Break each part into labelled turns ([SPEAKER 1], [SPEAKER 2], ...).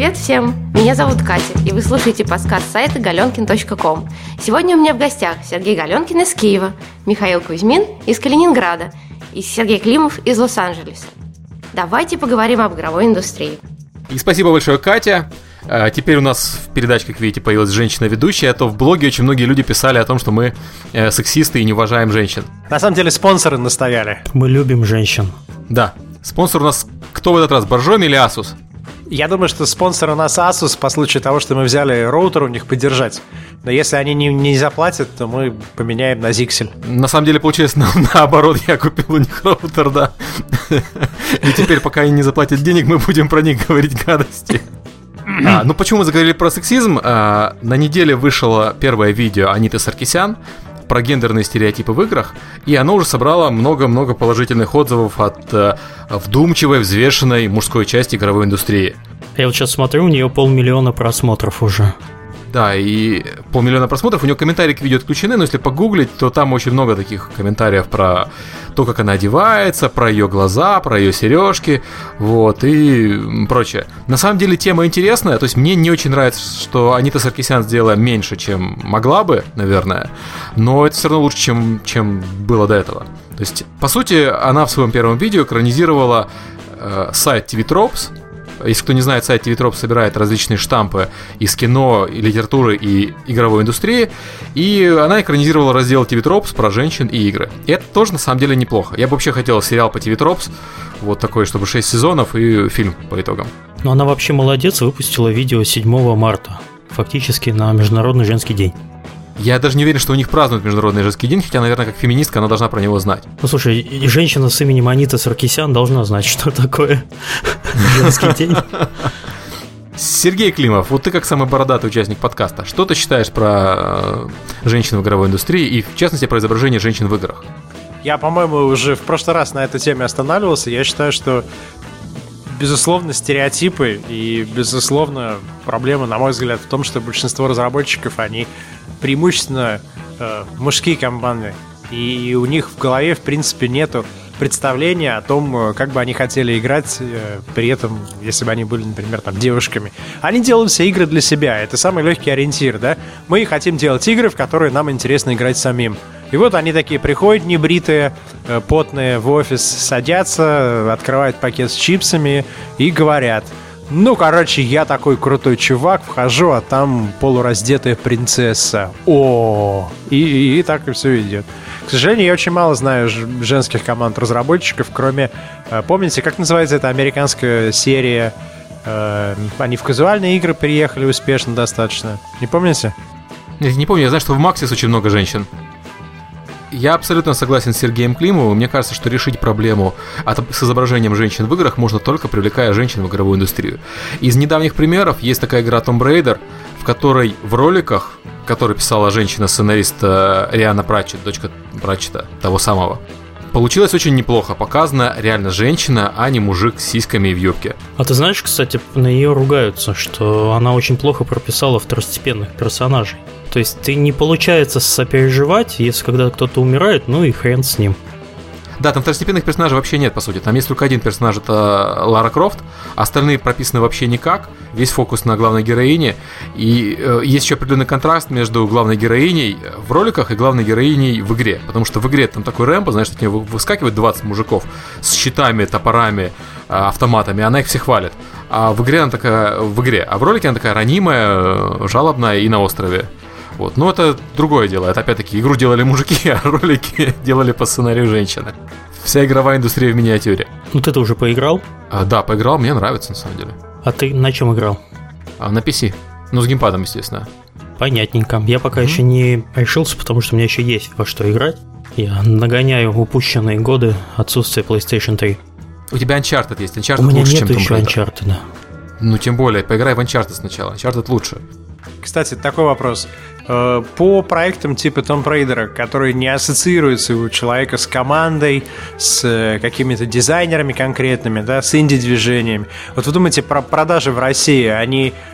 [SPEAKER 1] Привет всем! Меня зовут Катя, и вы слушаете подкаст сайта galenkin.com. Сегодня у меня в гостях Сергей Галенкин из Киева, Михаил Кузьмин из Калининграда и Сергей Климов из Лос-Анджелеса. Давайте поговорим об игровой индустрии.
[SPEAKER 2] И спасибо большое, Катя. Теперь у нас в передаче, как видите, появилась женщина-ведущая, а то в блоге очень многие люди писали о том, что мы сексисты и не уважаем женщин.
[SPEAKER 3] На самом деле спонсоры настояли.
[SPEAKER 4] Мы любим женщин.
[SPEAKER 2] Да. Спонсор у нас кто в этот раз, Borжomi или Asus?
[SPEAKER 3] Я думаю, что спонсор у нас Asus по случаю того, что мы взяли роутер у них поддержать. Но если они не заплатят, то мы поменяем на Zixel.
[SPEAKER 2] На самом деле получилось наоборот, я купил у них роутер, да. И теперь, пока они не заплатят денег, мы будем про них говорить гадости. Ну почему мы заговорили про сексизм? На неделе вышло первое видео Аниты Саркисян про гендерные стереотипы в играх, и оно уже собрало много-много положительных отзывов от вдумчивой, взвешенной мужской части игровой индустрии.
[SPEAKER 4] Я вот сейчас смотрю, у нее 500 000 просмотров уже.
[SPEAKER 2] Да, и 500 000 просмотров, у нее комментарии к видео отключены, но если погуглить, то там очень много таких комментариев про то, как она одевается, про ее глаза, про ее сережки, вот, и прочее. На самом деле тема интересная, то есть мне не очень нравится, что Анита Саркисян сделала меньше, чем могла бы, наверное, но это все равно лучше, чем было до этого. То есть, по сути, она в своем первом видео экранизировала сайт TV Tropes. Если кто не знает, сайт TV Tropes собирает различные штампы из кино, и литературы и игровой индустрии. И она экранизировала раздел TV Tropes про женщин и игры. И это тоже на самом деле неплохо. Я бы вообще хотел сериал по TV Tropes, вот такой, чтобы 6 сезонов и фильм по итогам.
[SPEAKER 4] Но она вообще молодец, выпустила видео 7 марта, фактически на Международный женский день.
[SPEAKER 2] Я даже не уверен, что у них празднуют Международный женский день, хотя, наверное, как феминистка она должна про него знать.
[SPEAKER 4] Ну, слушай, женщина с именем Анита Саркисян должна знать, что такое женский день.
[SPEAKER 2] Сергей Климов, вот ты как самый бородатый участник подкаста, что ты считаешь про женщин в игровой индустрии и, в частности, про изображение женщин в играх?
[SPEAKER 3] Я, по-моему, уже в прошлый раз на этой теме останавливался. Я считаю, что, безусловно, стереотипы и, безусловно, проблема, на мой взгляд, в том, что большинство разработчиков, они преимущественно мужские команды, и у них в голове, в принципе, нету представления о том, как бы они хотели играть, при этом, если бы они были, например, там, девушками. Они делают все игры для себя, это самый легкий ориентир, да? Мы хотим делать игры, в которые нам интересно играть самим. И вот они такие приходят небритые, потные в офис, садятся, открывают пакет с чипсами и говорят: ну, короче, я такой крутой чувак, вхожу, а там полураздетая принцесса. И так и все идет. К сожалению, я очень мало знаю женских команд разработчиков, кроме... Помните, как называется эта американская серия? Они в казуальные игры приехали успешно достаточно. Не помните?
[SPEAKER 2] Нет, не помню, я знаю, что в Maxis очень много женщин. Я абсолютно согласен с Сергеем Климовым. Мне кажется, что решить проблему с изображением женщин в играх можно только привлекая женщин в игровую индустрию. Из недавних примеров есть такая игра Tomb Raider, в которой в роликах, который писала женщина-сценарист Риана Пратчетт, дочка Пратчетта, того самого, получилось очень неплохо. Показана реально женщина, а не мужик с сиськами и в юбке.
[SPEAKER 4] А ты знаешь, кстати, на нее ругаются, что она очень плохо прописала второстепенных персонажей. То есть ты не получается сопереживать, если когда кто-то умирает, ну и хрен с ним.
[SPEAKER 2] Да, там второстепенных персонажей вообще нет, по сути. Там есть только один персонаж, это Лара Крофт. Остальные прописаны вообще никак. Весь фокус на главной героине. И есть еще определенный контраст между главной героиней в роликах и главной героиней в игре. Потому что в игре там такой Рэмбо, знаешь, от него выскакивает 20 мужиков с щитами, топорами, автоматами. Она их всех хвалит. А в игре она такая... А в ролике она такая ранимая, жалобная и на острове. Вот. Но это другое дело. Это опять-таки игру делали мужики, а ролики делали по сценарию женщины. Вся игровая индустрия в миниатюре.
[SPEAKER 4] Ну ты уже поиграл?
[SPEAKER 2] Да, поиграл, мне нравится на самом деле.
[SPEAKER 4] А ты на чем играл?
[SPEAKER 2] На PC. Ну, с геймпадом, естественно.
[SPEAKER 4] Понятненько. Я пока еще не решился, потому что у меня еще есть во что играть. Я нагоняю упущенные годы отсутствия PlayStation 3.
[SPEAKER 2] У тебя Uncharted есть. Uncharted
[SPEAKER 4] у меня
[SPEAKER 2] лучше,
[SPEAKER 4] нет
[SPEAKER 2] чем Tomb
[SPEAKER 4] еще
[SPEAKER 2] Raider.
[SPEAKER 4] Uncharted, да.
[SPEAKER 2] Ну, тем более, поиграй в Uncharted сначала. Uncharted лучше.
[SPEAKER 3] Кстати, такой вопрос. По проектам типа Tomb Raider, которые не ассоциируются у человека с командой, с какими-то дизайнерами конкретными, да, с инди-движениями. Вот вы думаете, про продажи в России, они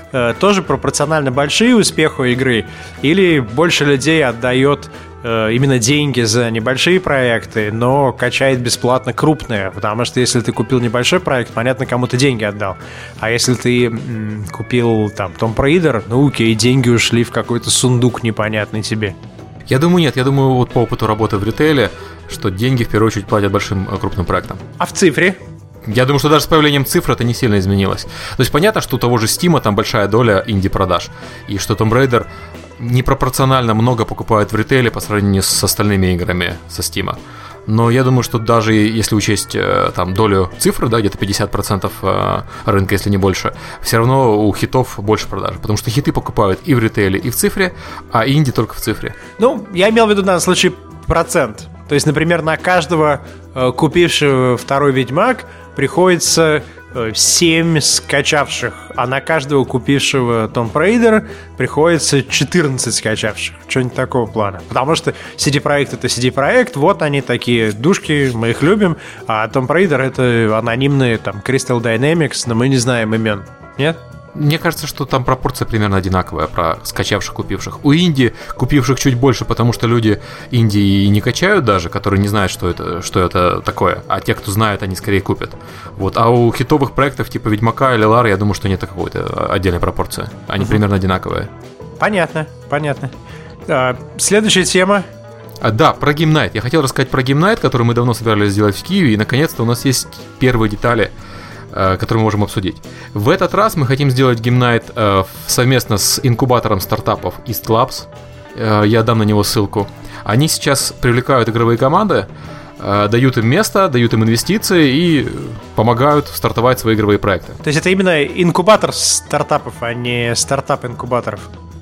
[SPEAKER 3] тоже пропорционально большие успеху игры, или больше людей отдает именно деньги за небольшие проекты, но качает бесплатно крупные, потому что если ты купил небольшой проект, понятно, кому ты деньги отдал, а если ты купил там Tomb Raider, ну окей, деньги ушли в какой-то сундук непонятный тебе.
[SPEAKER 2] Я думаю, нет, я думаю, вот по опыту работы в ритейле, что деньги в первую очередь платят большим крупным проектам.
[SPEAKER 3] А в цифре?
[SPEAKER 2] Я думаю, что даже с появлением цифр это не сильно изменилось. То есть понятно, что у того же Steam там большая доля инди-продаж, и что Tomb Raider непропорционально много покупают в ритейле по сравнению с остальными играми со Steam. Но я думаю, что даже если учесть там долю цифр, да, где-то 50% рынка, если не больше, все равно у хитов больше продаж, потому что хиты покупают и в ритейле, и в цифре, а инди только в цифре.
[SPEAKER 3] Ну, я имел в виду в данном случае процент. То есть, например, на каждого купившего второй Ведьмак приходится 7 скачавших, а на каждого купившего Tomb Raider приходится 14 скачавших. Что-нибудь такого плана. Потому что CD-проект — это CD-проект, вот они такие душки, мы их любим, а Tomb Raider — это анонимные там Crystal Dynamics, но мы не знаем имен. Нет?
[SPEAKER 2] Мне кажется, что там пропорция примерно одинаковая про скачавших, купивших. У инди купивших чуть больше, потому что люди инди и не качают даже, которые не знают, что это такое. А те, кто знает, они скорее купят. Вот. А у хитовых проектов типа Ведьмака или Лары, я думаю, что нет какой-то отдельной пропорции. Они примерно одинаковые.
[SPEAKER 3] Понятно. Следующая тема.
[SPEAKER 2] Да, про Game Night. Я хотел рассказать про Game Night, который мы давно собирались сделать в Киеве, и наконец-то у нас есть первые детали, который мы можем обсудить. В этот раз мы хотим сделать Game Night совместно с инкубатором стартапов East Labs. Я дам на него ссылку. Они сейчас привлекают игровые команды, дают им место, дают им инвестиции и помогают стартовать свои игровые проекты.
[SPEAKER 3] То есть это именно инкубатор стартапов, а не стартап инкубаторов?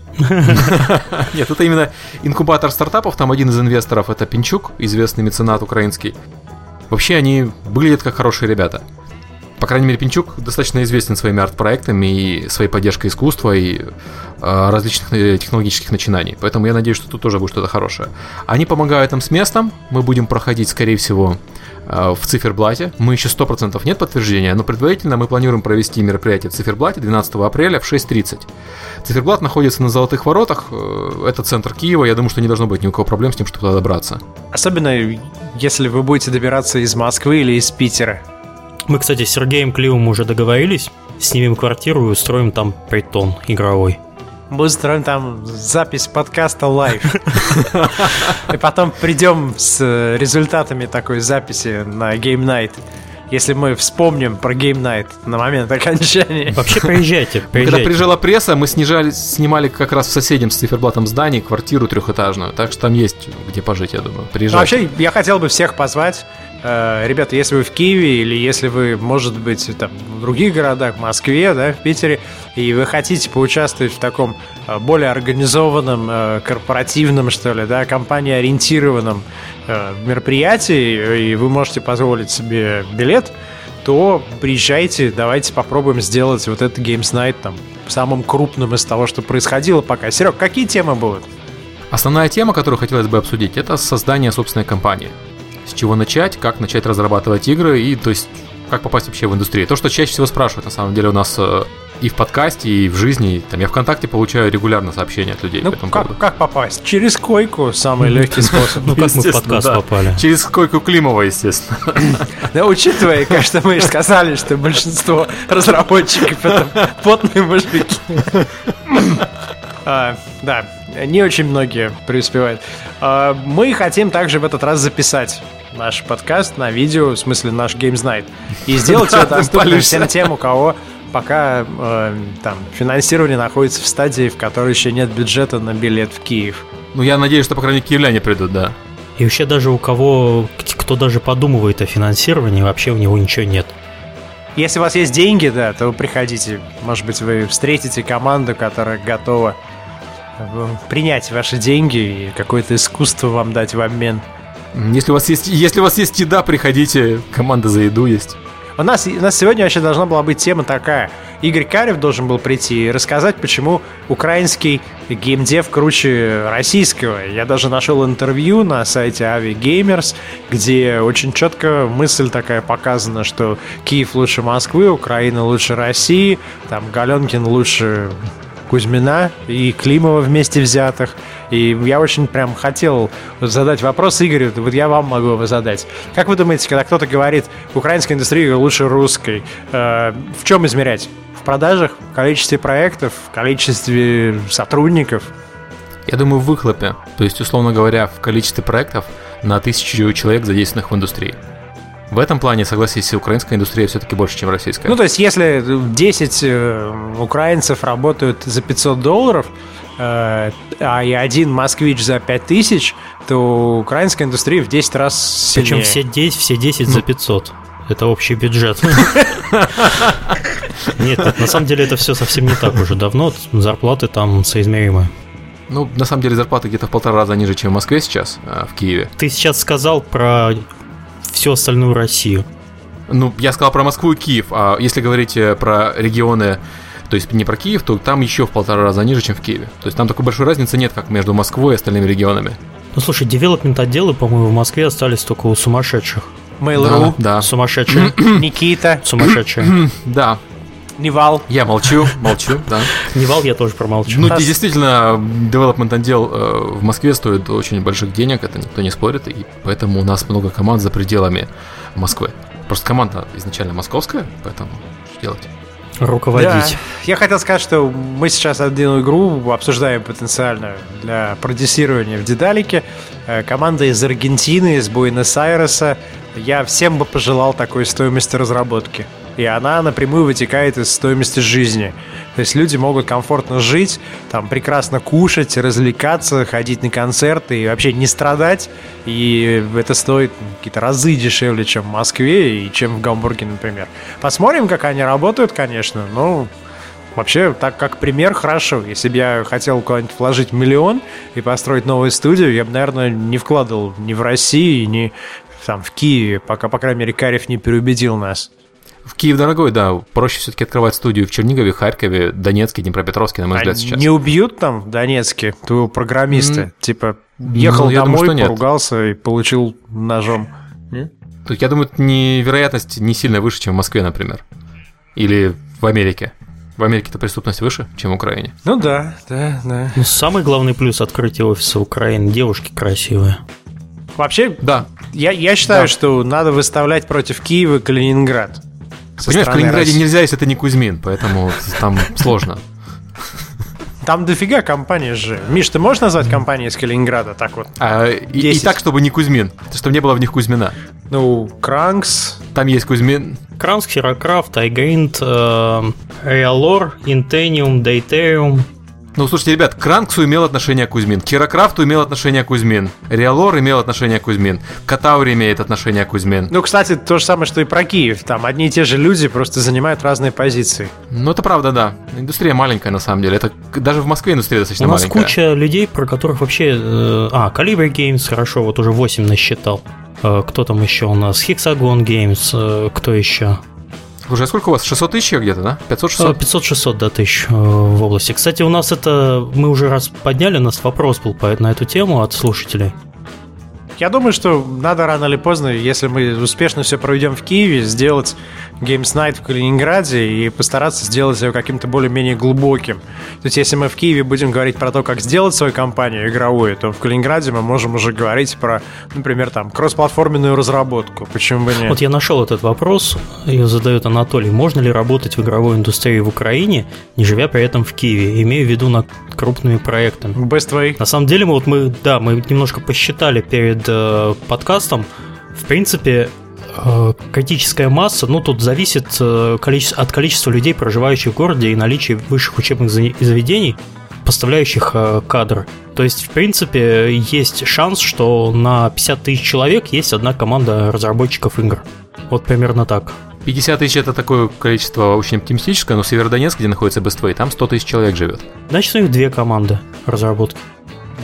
[SPEAKER 2] Нет, это именно инкубатор стартапов. Там один из инвесторов — это Пинчук, известный меценат украинский. Вообще они выглядят как хорошие ребята. По крайней мере, Пинчук достаточно известен своими арт-проектами и своей поддержкой искусства и различных технологических начинаний. Поэтому я надеюсь, что тут тоже будет что-то хорошее. Они помогают нам с местом. Мы будем проходить, скорее всего, в Циферблате. Мы еще 100% нет подтверждения, но предварительно мы планируем провести мероприятие в Циферблате 12 апреля в 6:30. Циферблат находится на Золотых воротах. Это центр Киева. Я думаю, что не должно быть никакого проблем с тем, чтобы туда добраться.
[SPEAKER 3] Особенно, если вы будете добираться из Москвы или из Питера.
[SPEAKER 4] Мы, кстати, с Сергеем Климовым уже договорились. Снимем квартиру и устроим там притон игровой.
[SPEAKER 3] Мы устроим там запись подкаста лайв. И потом придем с результатами такой записи на Game Night. Если мы вспомним про Game Night на момент окончания.
[SPEAKER 4] Вообще приезжайте.
[SPEAKER 2] Когда приезжала пресса, мы снимали как раз в соседнем с Циферблатом здании квартиру трехэтажную. Так что там есть где пожить, я думаю. Приезжайте.
[SPEAKER 3] Вообще, я хотел бы всех позвать. Ребята, если вы в Киеве или если вы, может быть, там, в других городах, в Москве, да, в Питере, и вы хотите поучаствовать в таком более организованном, корпоративном, что ли, да, компании-ориентированном мероприятии, и вы можете позволить себе билет, то приезжайте, давайте попробуем сделать вот этот Games Night там самым крупным из того, что происходило пока. Серег, какие темы будут?
[SPEAKER 2] Основная тема, которую хотелось бы обсудить, это создание собственной компании. С чего начать, как начать разрабатывать игры и, то есть, как попасть вообще в индустрию. То, что чаще всего спрашивают, на самом деле, у нас и в подкасте, и в жизни. Там, я ВКонтакте получаю регулярно сообщения от людей.
[SPEAKER 3] Ну, как попасть? Через койку самый легкий способ.
[SPEAKER 4] Ну, как мы в подкаст попали?
[SPEAKER 2] Через койку Климова, естественно.
[SPEAKER 3] Да, учитывая, конечно, мы же сказали, что большинство разработчиков — это потные мужики. Да, не очень многие преуспевают. Мы хотим также в этот раз записать наш подкаст на видео, в смысле наш Games Night, и сделать это доступным всем тем, у кого пока там финансирование находится в стадии, в которой еще нет бюджета на билет в Киев.
[SPEAKER 2] Ну, я надеюсь, что, по крайней мере, киевляне придут, да.
[SPEAKER 4] И вообще даже у кого, кто даже подумывает о финансировании, вообще у него ничего нет.
[SPEAKER 3] Если у вас есть деньги, да, то вы приходите. Может быть, вы встретите команду, которая готова принять ваши деньги и какое-то искусство вам дать в обмен.
[SPEAKER 2] Если у вас есть еда, приходите, команда за еду есть.
[SPEAKER 3] У нас сегодня вообще должна была быть тема такая. Игорь Карев должен был прийти и рассказать, почему украинский геймдев круче российского. Я даже нашел интервью на сайте AviGamers, где очень четко мысль такая показана, что Киев лучше Москвы, Украина лучше России, там Галенкин лучше Кузьмина и Климова вместе взятых. И я очень прям хотел задать вопрос Игорю, вот я вам могу его задать. Как вы думаете, когда кто-то говорит, украинская индустрия лучше русской, в чем измерять? В продажах, в количестве проектов, в количестве сотрудников?
[SPEAKER 2] Я думаю, в выхлопе. То есть, условно говоря, в количестве проектов на 1000 человек, задействованных в индустрии. В этом плане, согласись, украинская индустрия все-таки больше, чем российская.
[SPEAKER 3] Ну, то есть, если 10 украинцев работают за $500, и один москвич за 5000, то украинская индустрия в 10 раз сильнее.
[SPEAKER 4] Причем все 10 за 500. Это общий бюджет. Нет, на самом деле это все совсем не так уже давно. Зарплаты там соизмеримы.
[SPEAKER 2] Ну, на самом деле зарплаты где-то в 1,5 раза ниже, чем в Москве сейчас, в Киеве.
[SPEAKER 4] Ты сейчас сказал про всю остальную Россию.
[SPEAKER 2] Ну, я сказал про Москву и Киев, а если говорить про регионы, то есть не про Киев, то там еще в 1,5 раза ниже, чем в Киеве. То есть там такой большой разницы нет, как между Москвой и остальными регионами.
[SPEAKER 4] Ну, слушай, девелопмент-отделы, по-моему, в Москве остались только у сумасшедших.
[SPEAKER 3] Mail.ru,
[SPEAKER 2] да.
[SPEAKER 4] Сумасшедшие.
[SPEAKER 3] Никита,
[SPEAKER 4] Сумасшедшие.
[SPEAKER 2] Да.
[SPEAKER 3] Невал.
[SPEAKER 2] Я молчу, да.
[SPEAKER 4] Невал я тоже промолчу.
[SPEAKER 2] Ну, действительно, девелопмент-отдел в Москве стоит очень больших денег, это никто не спорит, и поэтому у нас много команд за пределами Москвы. Просто команда изначально московская, поэтому что делать?
[SPEAKER 4] Руководить.
[SPEAKER 3] Да. Я хотел сказать, что мы сейчас одну игру обсуждаем потенциально для продюсирования в Дедалике. Команда из Аргентины, из Буэнос-Айреса. Я всем бы пожелал такой стоимости разработки. И она напрямую вытекает из стоимости жизни. То есть люди могут комфортно жить, там прекрасно кушать, развлекаться, ходить на концерты и вообще не страдать. И это стоит какие-то разы дешевле, чем в Москве и чем в Гамбурге, например. Посмотрим, как они работают, конечно. Но вообще, так как пример, хорошо. Если бы я хотел куда-нибудь вложить миллион и построить новую студию, я бы, наверное, не вкладывал ни в России, ни там, в Киеве, пока, по крайней мере, Карев не переубедил нас.
[SPEAKER 2] В Киев дорогой, да. Проще все-таки открывать студию в Чернигове, Харькове, Донецке, Днепропетровске, на мой взгляд, сейчас.
[SPEAKER 3] Не убьют там в Донецке твоего программиста? Типа, ехал домой, думаю, поругался и получил ножом. Нет?
[SPEAKER 2] Тут, я думаю, вероятность не сильно выше, чем в Москве, например. Или в Америке. В Америке-то преступность выше, чем в Украине.
[SPEAKER 3] Ну да.
[SPEAKER 4] Ну, самый главный плюс открытия офиса Украины – девушки красивые.
[SPEAKER 3] Вообще,
[SPEAKER 2] да.
[SPEAKER 3] Я считаю, что надо выставлять против Киева Калининград.
[SPEAKER 2] Понимаешь, в Калининграде нельзя, если это не Кузьмин, поэтому там сложно.
[SPEAKER 3] Там дофига компаний же. Миш, ты можешь назвать компании из Калининграда так вот?
[SPEAKER 2] И так, чтобы не Кузьмин, чтобы не было в них Кузьмина.
[SPEAKER 3] Ну, Кранкс.
[SPEAKER 2] Там есть Кузьмин.
[SPEAKER 4] Кранкс, Херокрафт, Айгринд, Реалор, Интениум, Дейтериум.
[SPEAKER 2] Ну, слушайте, ребят, к Кранксу имел отношение Кузьмин, к Херокрафту имел отношение Кузьмин, Реалор имел отношение Кузьмин, Катаури имеет отношение Кузьмин.
[SPEAKER 3] Ну, кстати, то же самое, что и про Киев. Там одни и те же люди просто занимают разные позиции.
[SPEAKER 2] Ну, это правда, да. Индустрия маленькая, на самом деле. Это даже в Москве индустрия достаточно маленькая.
[SPEAKER 4] У нас куча людей, про которых вообще... Calibre Games, хорошо, вот уже 8 насчитал. Кто там еще у нас? Hexagon Games, кто еще?
[SPEAKER 2] Слушай, а сколько у вас? 600 тысяч где-то, да? 500-600?
[SPEAKER 4] 500-600, да, тысяч в области. Кстати, у нас это... Мы уже раз подняли, у нас вопрос был на эту тему от слушателей.
[SPEAKER 3] Я думаю, что надо рано или поздно, если мы успешно все проведем в Киеве, сделать Games Night в Калининграде и постараться сделать его каким-то более-менее глубоким. То есть, если мы в Киеве будем говорить про то, как сделать свою компанию игровую, то в Калининграде мы можем уже говорить про, например, там, кроссплатформенную разработку. Почему бы нет?
[SPEAKER 4] Вот я нашел этот вопрос, ее задает Анатолий. Можно ли работать в игровой индустрии в Украине, не живя при этом в Киеве? Имею в виду над крупными проектами.
[SPEAKER 3] Best way.
[SPEAKER 4] На самом деле, мы немножко посчитали перед подкастом. В принципе, критическая масса, тут зависит от количества людей, проживающих в городе, и наличия высших учебных заведений, поставляющих кадры. То есть, в принципе, есть шанс, что на 50 тысяч человек есть одна команда разработчиков игр. Вот примерно так.
[SPEAKER 2] 50 тысяч — это такое количество очень оптимистическое, но в Северодонецке, где находится Best Way, там 100 тысяч человек живет.
[SPEAKER 4] Значит, у них 2 команды разработки.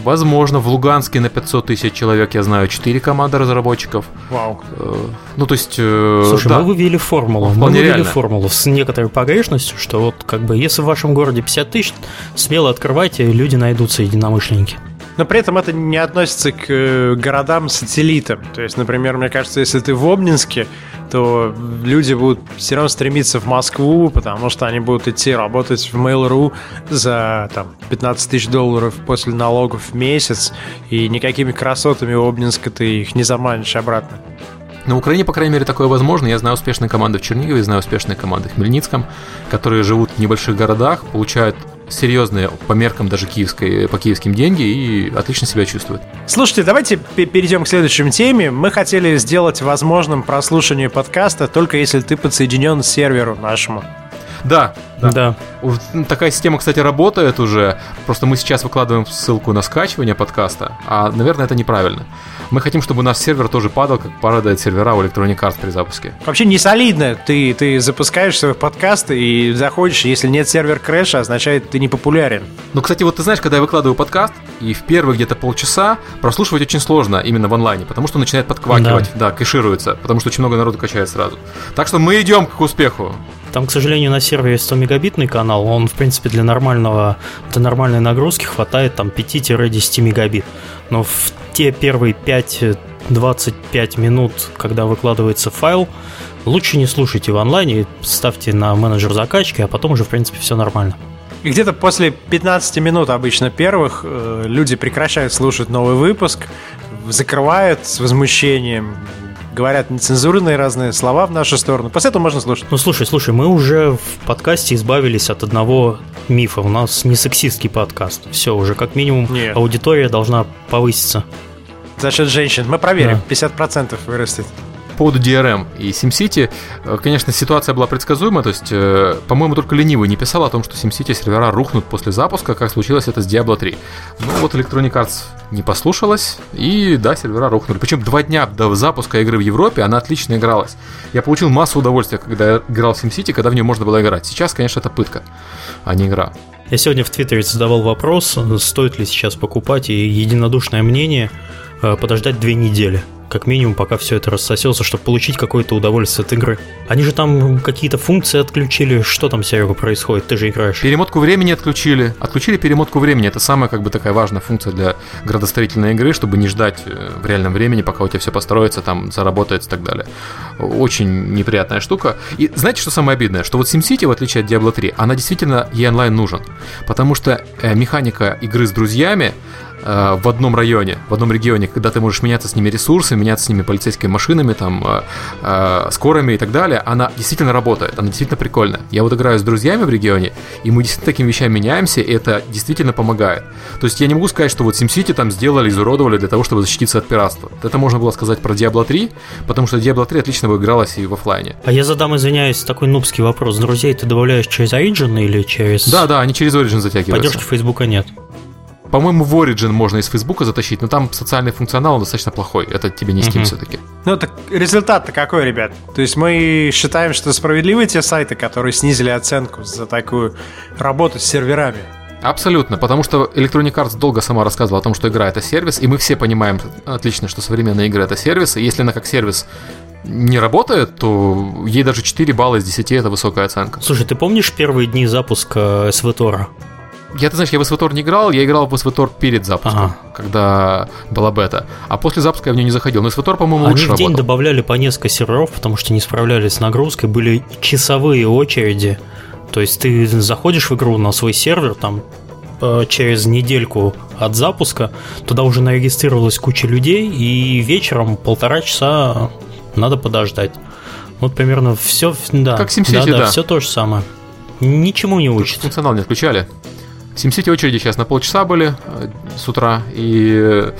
[SPEAKER 2] Возможно, в Луганске на 500 тысяч человек, я знаю, 4 команды разработчиков.
[SPEAKER 3] Вау.
[SPEAKER 2] Ну, то есть...
[SPEAKER 4] Слушай,
[SPEAKER 2] да,
[SPEAKER 4] мы вывели формулу. Формулу с некоторой погрешностью, что вот как бы если в вашем городе 50 тысяч, смело открывайте, люди найдутся, единомышленники.
[SPEAKER 3] Но при этом это не относится к городам-сателлитам. То есть, например, мне кажется, если ты в Обнинске, то люди будут все равно стремиться в Москву, потому что они будут идти работать в Mail.ru за там, $15 тысяч после налогов в месяц, и никакими красотами Обнинска ты их не заманишь обратно.
[SPEAKER 2] На Украине, по крайней мере, такое возможно. Я знаю успешные команды в Чернигове, знаю успешные команды в Хмельницком, которые живут в небольших городах, получают серьезные по меркам даже по киевским деньги и отлично себя чувствуют.
[SPEAKER 3] Слушайте, давайте перейдем к следующей теме. Мы хотели сделать возможным прослушивание подкаста только если ты подсоединен к серверу нашему.
[SPEAKER 2] Да.
[SPEAKER 4] Такая
[SPEAKER 2] система, кстати, работает уже. Просто мы сейчас выкладываем ссылку на скачивание подкаста, а, наверное, это неправильно. Мы хотим, чтобы наш сервер тоже падал, как падает сервера у Electronic Arts при запуске.
[SPEAKER 3] Вообще не солидно. Ты запускаешь свой подкаст и заходишь, если нет сервер-крэша, означает, ты не популярен.
[SPEAKER 2] Ну, кстати, вот ты знаешь, когда я выкладываю подкаст, и в первые где-то полчаса прослушивать очень сложно именно в онлайне, потому что он начинает подквакивать, да, кэшируется, потому что очень много народу качает сразу. Так что мы идем к успеху.
[SPEAKER 4] Там, к сожалению, на сервере 100-мегабитный канал, он, в принципе, для нормальной нагрузки хватает там 5-10 мегабит. Но в те первые 5-25 минут, когда выкладывается файл, лучше не слушайте в онлайне, ставьте на менеджер закачки, а потом уже, в принципе, все нормально.
[SPEAKER 3] И где-то после 15 минут обычно первых люди прекращают слушать новый выпуск, закрывают с возмущением, говорят нецензурные разные слова в нашу сторону. После этого можно слушать.
[SPEAKER 4] Ну, слушай, мы уже в подкасте избавились от одного мифа. У нас не сексистский подкаст. Все, уже как минимум аудитория должна повыситься.
[SPEAKER 3] За счет женщин. Мы проверим. Да. 50% вырастет.
[SPEAKER 2] По поводу DRM и SimCity, конечно, ситуация была предсказуема. То есть, по-моему, только ленивый не писал о том, что SimCity сервера рухнут после запуска, как случилось это с Diablo 3. Ну вот Electronic Arts не послушалась, и да, сервера рухнули. Причем 2 дня до запуска игры в Европе она отлично игралась. Я получил массу удовольствия, когда я играл в SimCity, когда в нее можно было играть. Сейчас, конечно, это пытка, а не игра.
[SPEAKER 4] Я сегодня в Твиттере задавал вопрос, стоит ли сейчас покупать, и единодушное мнение подождать 2 недели. Как минимум, пока все это рассосется, чтобы получить какое-то удовольствие от игры. Они же там какие-то функции отключили. Что там, Серега, происходит? Ты же играешь.
[SPEAKER 2] Перемотку времени отключили. Отключили перемотку времени. Это самая такая важная функция для градостроительной игры, чтобы не ждать в реальном времени, пока у тебя все построится, там заработает и так далее. Очень неприятная штука. И знаете, что самое обидное? Что вот SimCity, в отличие от Diablo 3, она действительно ей онлайн нужен. Потому что механика игры с друзьями в одном районе, в одном регионе, когда ты можешь меняться с ними ресурсами, меняться с ними полицейскими машинами, там, скорыми и так далее, она действительно работает, она действительно прикольная. Я вот играю с друзьями в регионе, и мы действительно такими вещами меняемся, и это действительно помогает. То есть я не могу сказать, что вот SimCity там сделали, изуродовали для того, чтобы защититься от пиратства. Это можно было сказать про Diablo 3, потому что Diablo 3 отлично бы игралась и в офлайне.
[SPEAKER 4] А я задам, извиняюсь, такой нубский вопрос. Друзей ты добавляешь через Origin или через...
[SPEAKER 2] Да, они через Origin затягиваются.
[SPEAKER 4] Поддержки Фейсбука нет.
[SPEAKER 2] По-моему, в Origin можно из Фейсбука затащить, но там социальный функционал достаточно плохой. Это тебе не Steam все-таки.
[SPEAKER 3] Ну, так результат-то какой, ребят? То есть мы считаем, что справедливы те сайты, которые снизили оценку за такую работу с серверами?
[SPEAKER 2] Абсолютно, потому что Electronic Arts долго сама рассказывала о том, что игра — это сервис, и мы все понимаем отлично, что современные игры — это сервис, и если она как сервис не работает, то ей даже 4 балла из 10 — это высокая оценка.
[SPEAKER 4] Слушай, ты помнишь первые дни запуска SWTOR?
[SPEAKER 2] Ты знаешь, я в SWTOR не играл, я играл в SWTOR перед запуском, когда была бета. А после запуска я в нее не заходил. Но SWTOR, по-моему, лучше работал.
[SPEAKER 4] Они в день добавляли по несколько серверов, потому что не справлялись с нагрузкой, были часовые очереди. То есть ты заходишь в игру на свой сервер, там через недельку от запуска, туда уже нарегистрировалась куча людей, и вечером 1,5 часа надо подождать. Вот примерно все, да.
[SPEAKER 2] Как SimCity,
[SPEAKER 4] да. Все то же самое. Ничему не учат.
[SPEAKER 2] Функционал не отключали. В SimCity очереди сейчас на полчаса были с утра, и...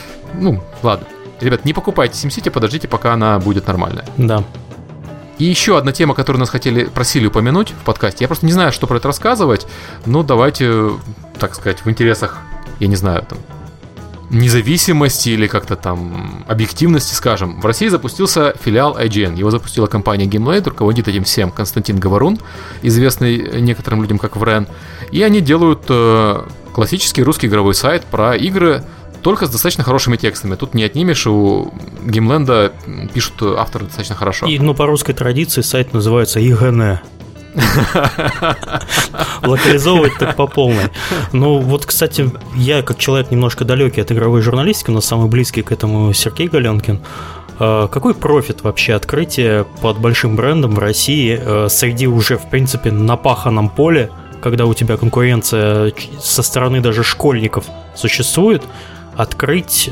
[SPEAKER 2] Ну, ладно. Ребят, не покупайте SimCity, подождите, пока она будет нормальная.
[SPEAKER 4] Да.
[SPEAKER 2] И еще одна тема, которую нас просили упомянуть в подкасте. Я просто не знаю, что про это рассказывать, но давайте, так сказать, в интересах, я не знаю, там, независимости или как-то там объективности, скажем. В России запустился филиал IGN. Его запустила компания GameLate, руководит этим всем Константин Говорун, известный некоторым людям как Врен. И они делают классический русский игровой сайт про игры, только с достаточно хорошими текстами. Тут не отнимешь, у Геймленда пишут авторы достаточно хорошо.
[SPEAKER 4] И, по русской традиции сайт называется ИГН. Локализовывать так по полной. Кстати, я как человек немножко далекий от игровой журналистики, но самый близкий к этому Сергей Галенкин. Какой профит вообще открытия под большим брендом в России среди уже, в принципе, напаханном поле, когда у тебя конкуренция со стороны даже школьников существует, открыть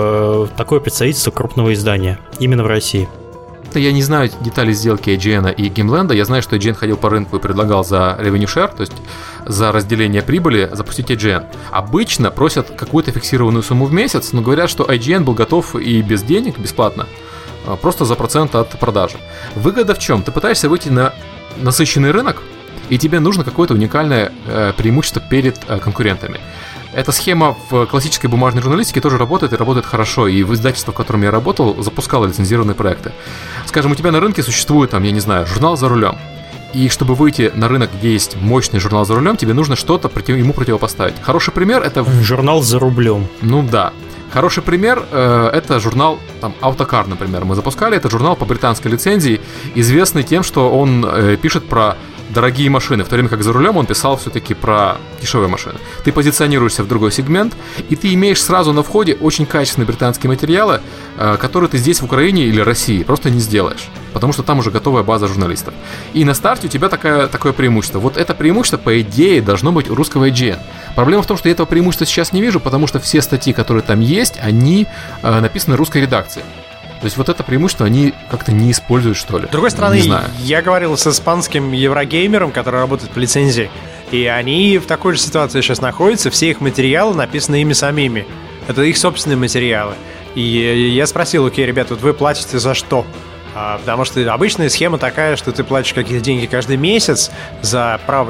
[SPEAKER 4] такое представительство крупного издания именно в России?
[SPEAKER 2] Я не знаю деталей сделки IGN и Геймленда. Я знаю, что IGN ходил по рынку и предлагал за revenue share, то есть за разделение прибыли, запустить IGN. Обычно просят какую-то фиксированную сумму в месяц, но говорят, что IGN был готов и без денег, бесплатно, просто за процент от продажи. Выгода в чем? Ты пытаешься выйти на насыщенный рынок, и тебе нужно какое-то уникальное преимущество перед конкурентами. Эта схема в классической бумажной журналистике тоже работает и работает хорошо. И в издательстве, в котором я работал, запускало лицензированные проекты. Скажем, у тебя на рынке существует, журнал «За рулем». И чтобы выйти на рынок, где есть мощный журнал «За рулем», тебе нужно что-то ему противопоставить. Хороший пример — это...
[SPEAKER 4] Журнал «За рублем».
[SPEAKER 2] Да. Хороший пример — это журнал «Автокар», например. Мы запускали этот журнал по британской лицензии, известный тем, что он пишет про дорогие машины, в то время как «За рулем» он писал все-таки про дешевые машины. Ты позиционируешься в другой сегмент, и ты имеешь сразу на входе очень качественные британские материалы, которые ты здесь, в Украине или России, просто не сделаешь, потому что там уже готовая база журналистов. И на старте у тебя такое преимущество. Вот это преимущество, по идее, должно быть у русского IGN. Проблема в том, что я этого преимущества сейчас не вижу, потому что все статьи, которые там есть, они написаны русской редакцией. То есть вот это преимущество они как-то не используют, что ли.
[SPEAKER 3] С другой стороны, я говорил с испанским Еврогеймером, который работает по лицензии, и они в такой же ситуации сейчас находятся, все их материалы написаны ими самими. Это их собственные материалы. И я спросил, окей, ребята, вот вы платите за что? Потому что обычная схема такая, что ты платишь какие-то деньги каждый месяц за право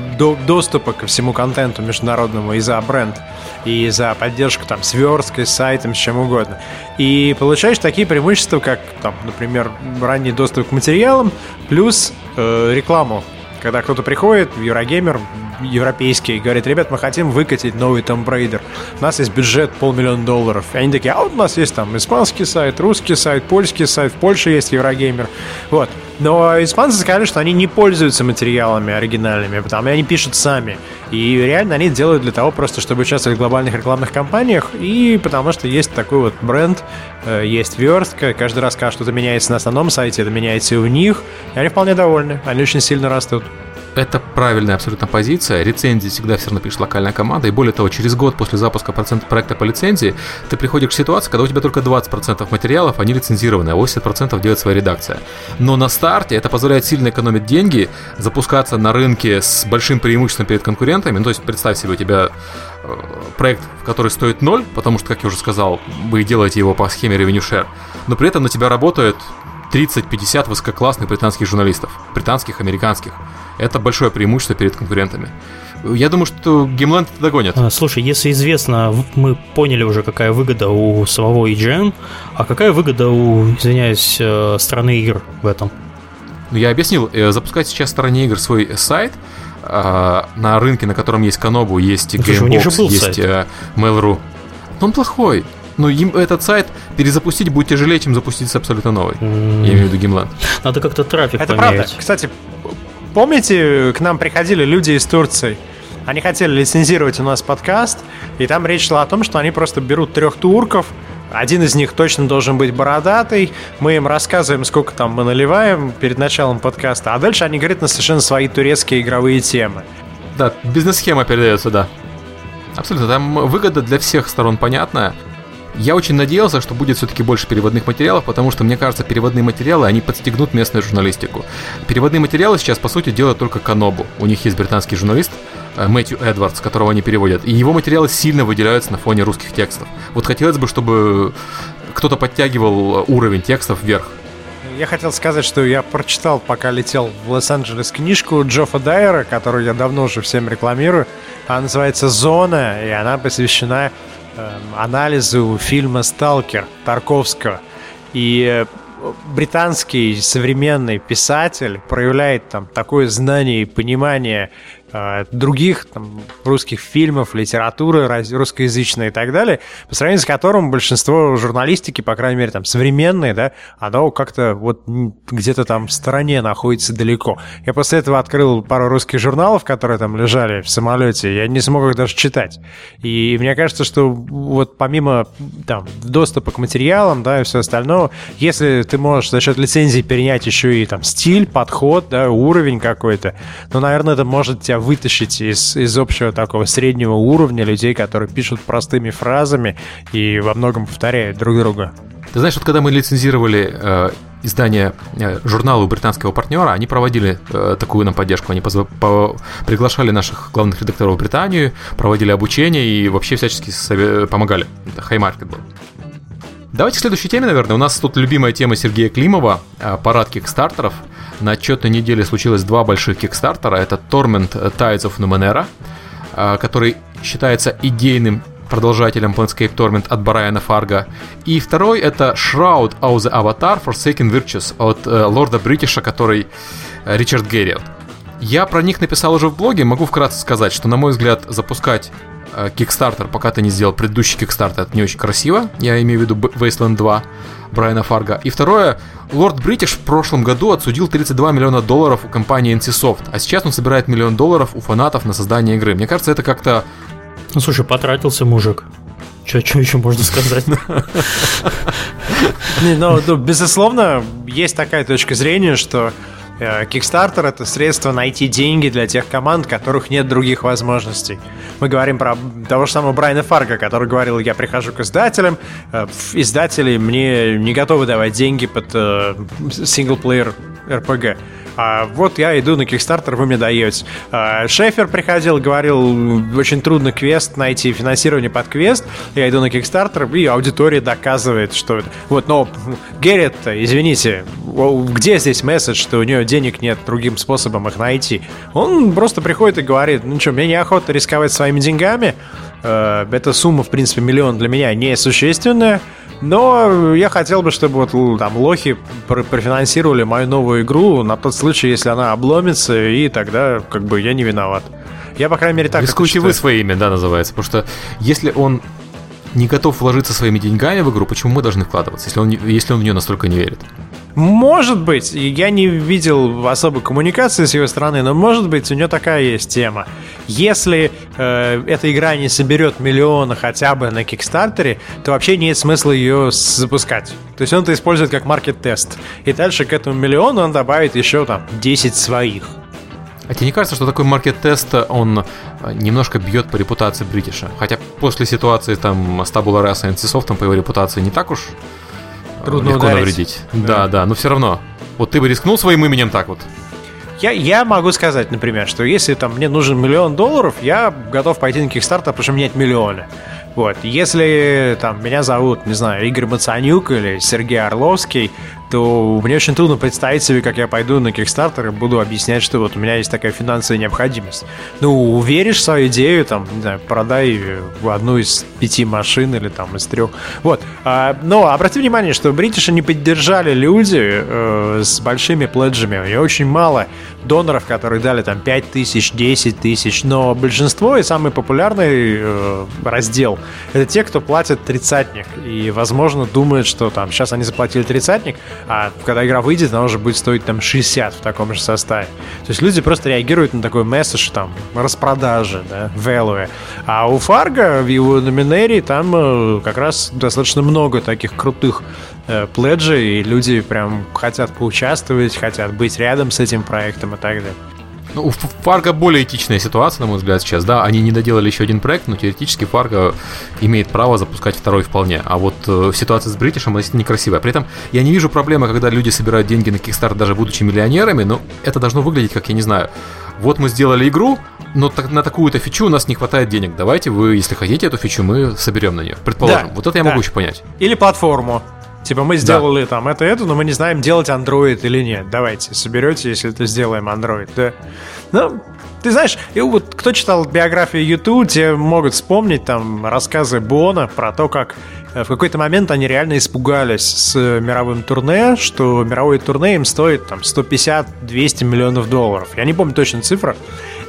[SPEAKER 3] доступа ко всему контенту международному и за бренд, и за поддержку с версткой, с сайтом, с чем угодно. И получаешь такие преимущества, как, например, ранний доступ к материалам, плюс рекламу. Когда кто-то приходит, Еврогеймер европейский, и говорит: ребят, мы хотим выкатить новый Tomb Raider. У нас есть бюджет $500 000. И они такие: а вот у нас есть испанский сайт, русский сайт, польский сайт, в Польше есть Еврогеймер. Вот. Но испанцы сказали, что они не пользуются материалами оригинальными, потому что они пишут сами. И реально они делают для того просто, чтобы участвовать в глобальных рекламных кампаниях, и потому что есть такой вот бренд, есть верстка, каждый раз, когда что-то меняется на основном сайте, это меняется и у них, и они вполне довольны, они очень сильно растут.
[SPEAKER 2] Это правильная абсолютно позиция. Рецензии всегда все равно пишет локальная команда. И более того, через год после запуска проекта по лицензии ты приходишь к ситуации, когда у тебя только 20% материалов, они лицензированы, а 80% делает своя редакция. Но на старте это позволяет сильно экономить деньги, запускаться на рынке с большим преимуществом перед конкурентами. То есть представь себе, у тебя проект, который стоит 0, потому что, как я уже сказал, вы делаете его по схеме revenue share, но при этом на тебя работает 30-50 высококлассных британских журналистов. Британских, американских. Это большое преимущество перед конкурентами. Я думаю, что Геймленд это догонит.
[SPEAKER 4] Слушай, если известно, мы поняли уже, какая выгода у самого IGN, а какая выгода у, извиняюсь, страны игр в этом?
[SPEAKER 2] Я объяснил. Запускать сейчас в стороне игр свой сайт на рынке, на котором есть Konobu, есть Gamebox, есть Mail.ru. Но он плохой. Но им этот сайт перезапустить будет тяжелее, чем запустить абсолютно новый. Я имею в виду Геймленд.
[SPEAKER 4] Надо как-то трафик
[SPEAKER 3] это
[SPEAKER 4] померить.
[SPEAKER 3] Правда. Кстати, помните, к нам приходили люди из Турции? Они хотели лицензировать у нас подкаст, и там речь шла о том, что они просто берут 3 турков. Один из них точно должен быть бородатый. Мы им рассказываем, сколько там мы наливаем перед началом подкаста. А дальше они говорят на совершенно свои турецкие игровые темы.
[SPEAKER 2] Да, бизнес-схема передается, да. Абсолютно. Там выгода для всех сторон понятная. Я очень надеялся, что будет все-таки больше переводных материалов, потому что, мне кажется, переводные материалы, они подстегнут местную журналистику. Переводные материалы сейчас, по сути, делают только Konobu. У них есть британский журналист Мэтью Эдвардс, которого они переводят, и его материалы сильно выделяются на фоне русских текстов. Вот хотелось бы, чтобы кто-то подтягивал уровень текстов вверх.
[SPEAKER 3] Я хотел сказать, что я прочитал, пока летел в Лос-Анджелес, книжку Джоффа Дайера, которую я давно уже всем рекламирую. Она называется «Зона», и она посвящена анализу фильма «Сталкер» Тарковского. И британский современный писатель проявляет там такое знание и понимание других там, русских фильмов, литературы русскоязычной и так далее, по сравнению с которым большинство журналистики, по крайней мере, там, современной, да, оно как-то вот где-то там в стороне находится далеко. Я после этого открыл пару русских журналов, которые там лежали в самолете, я не смог их даже читать. И мне кажется, что вот помимо там доступа к материалам, да, и все остальное, если ты можешь за счет лицензии перенять еще и там стиль, подход, да, уровень какой-то, ну, наверное, это может тебя вытащить из общего такого среднего уровня людей, которые пишут простыми фразами и во многом повторяют друг друга.
[SPEAKER 2] Ты знаешь, вот когда мы лицензировали издание журнала у британского партнера, они проводили такую нам поддержку. Они приглашали наших главных редакторов в Британию, проводили обучение и вообще всячески помогали. Это high market был. Давайте к следующей теме, наверное. У нас тут любимая тема Сергея Климова, парад кикстартеров. На отчетной неделе случилось 2 больших кикстартера. Это Torment Tides of Numenera, который считается идейным продолжателем Planescape Torment от Брайана Фарга. И второй — это Shroud of the Avatar Forsaken Virtues от лорда Бритиша, который Ричард Герриот. Я про них написал уже в блоге. Могу вкратце сказать, что, на мой взгляд, запускать Kickstarter, пока ты не сделал предыдущий Kickstarter, это не очень красиво. Я имею в виду Wasteland 2 Брайана Фарга. И второе, лорд Бритиш в прошлом году отсудил $32 миллиона у компании NCSoft, а сейчас он собирает $1 миллион у фанатов на создание игры. Мне кажется, это как-то...
[SPEAKER 4] Ну, слушай, потратился мужик. Что еще можно сказать?
[SPEAKER 3] Ну, безусловно, есть такая точка зрения, что Kickstarter — это средство найти деньги для тех команд, у которых нет других возможностей. Мы говорим про того же самого Брайана Фарга, который говорил: я прихожу к издателям, издатели мне не готовы давать деньги под синглплеер RPG. Вот я иду на Kickstarter, вы мне даете. Шефер приходил, говорил: очень трудно квест найти, финансирование под квест. Я иду на Kickstarter, и аудитория доказывает, что это... Вот, но Геррит-то, извините, где здесь месседж, что у нее денег нет, другим способом их найти? Он просто приходит и говорит: ну что, мне неохота рисковать своими деньгами. Эта сумма, в принципе, $1 миллион для меня несущественная. Но я хотел бы, чтобы вот там лохи профинансировали мою новую игру на тот случай, если она обломится, и тогда как бы я не виноват. Я, по крайней мере, так...
[SPEAKER 2] Рискуйте вы свои имя, да, называется. Потому что если он не готов вложиться своими деньгами в игру, почему мы должны вкладываться, если он в нее настолько не верит?
[SPEAKER 3] Может быть, я не видел особой коммуникации с его стороны, но может быть у него такая есть тема. Если эта игра не соберет $1 миллион хотя бы на Кикстартере, то вообще нет смысла ее запускать. То есть он это использует как маркет-тест. И дальше к этому $1 миллиону он добавит еще там 10 своих.
[SPEAKER 2] А тебе не кажется, что такой маркет-тест, он немножко бьет по репутации Бритиша? Хотя после ситуации там с Tabula Rasa и NCSoft по его репутации не так уж
[SPEAKER 3] трудно
[SPEAKER 2] легко
[SPEAKER 3] ударить.
[SPEAKER 2] навредить. Да, но все равно. Вот ты бы рискнул своим именем так вот?
[SPEAKER 3] Я могу сказать, например, что если там мне нужен $1 миллион, я готов пойти на Kickstarter, потому что менять миллионы. Вот. Если там меня зовут, не знаю, Игорь Мацанюк или Сергей Орловский, то мне очень трудно представить себе, как я пойду на Kickstarter и буду объяснять, что вот у меня есть такая финансовая необходимость. Ну, уверишь в свою идею, там, не знаю, продай одну из 5 машин или там из 3. Вот. Но обрати внимание, что Бритиша не поддержали люди с большими пледжами. У нее очень мало доноров, которые дали там 5 тысяч, 10 тысяч, но большинство и самый популярный раздел — это те, кто платит тридцатник и, возможно, думают, что там сейчас они заплатили тридцатник, а когда игра выйдет, она уже будет стоить там 60 в таком же составе. То есть люди просто реагируют на такой месседж, там, распродажи, да, value. А у Фарго в его Numenera там как раз достаточно много таких крутых пледжей, и люди прям хотят поучаствовать, хотят быть рядом с этим проектом и так далее.
[SPEAKER 2] Ну, у Фарго более этичная ситуация, на мой взгляд, сейчас, да. Они не доделали еще один проект, но теоретически Фарго имеет право запускать второй вполне. А вот ситуация с Бритишем действительно некрасивая. При этом я не вижу проблемы, когда люди собирают деньги на Kickstarter, даже будучи миллионерами, но это должно выглядеть, как, я не знаю, вот мы сделали игру, но на такую-то фичу у нас не хватает денег. Давайте вы, если хотите эту фичу, мы соберем на нее. Предположим. Да, вот это я могу еще понять.
[SPEAKER 3] Или платформу. Типа мы сделали там это, но мы не знаем, делать Android или нет. Давайте, соберете, если это сделаем Android, да. Ну, ты знаешь, и вот кто читал биографию YouTube, те могут вспомнить там рассказы Бона про то, как в какой-то момент они реально испугались с мировым турне, что мировое турне им стоит там $150-200 миллионов. Я не помню точно цифру.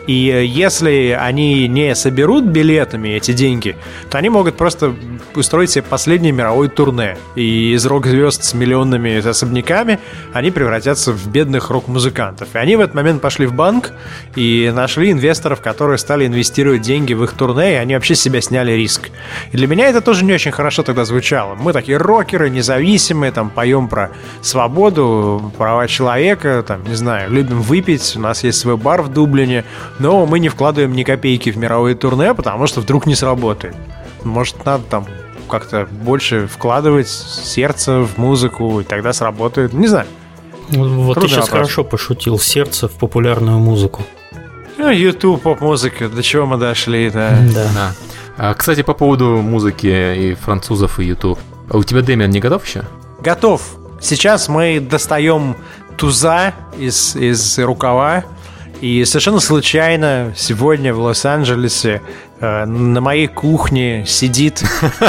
[SPEAKER 3] И если они не соберут билетами эти деньги, то они могут просто устроить себе последнее мировое турне. И из рок-звезд с миллионными особняками они превратятся в бедных рок-музыкантов. И они в этот момент пошли в банк и нашли инвесторов, которые стали инвестировать деньги в их турне, и они вообще с себя сняли риск. И для меня это тоже не очень хорошо тогда звучало. Мы такие рокеры, независимые, там поем про свободу, права человека, там, не знаю, любим выпить, у нас есть свой бар в Дублине, но мы не вкладываем ни копейки в мировые турне, потому что вдруг не сработает. Может, надо там как-то больше вкладывать сердце в музыку, и тогда сработает. Не знаю.
[SPEAKER 4] Вот
[SPEAKER 3] Трудный
[SPEAKER 4] ты сейчас
[SPEAKER 3] вопрос.
[SPEAKER 4] хорошо пошутил. Сердце в популярную музыку.
[SPEAKER 3] YouTube, поп-музыка, до чего мы дошли, да.
[SPEAKER 2] Да. Кстати, по поводу музыки и французов, и YouTube. А у тебя Дэмиан не готов еще?
[SPEAKER 3] Готов. Сейчас мы достаем туза из рукава. И совершенно случайно сегодня в Лос-Анджелесе на моей кухне сидит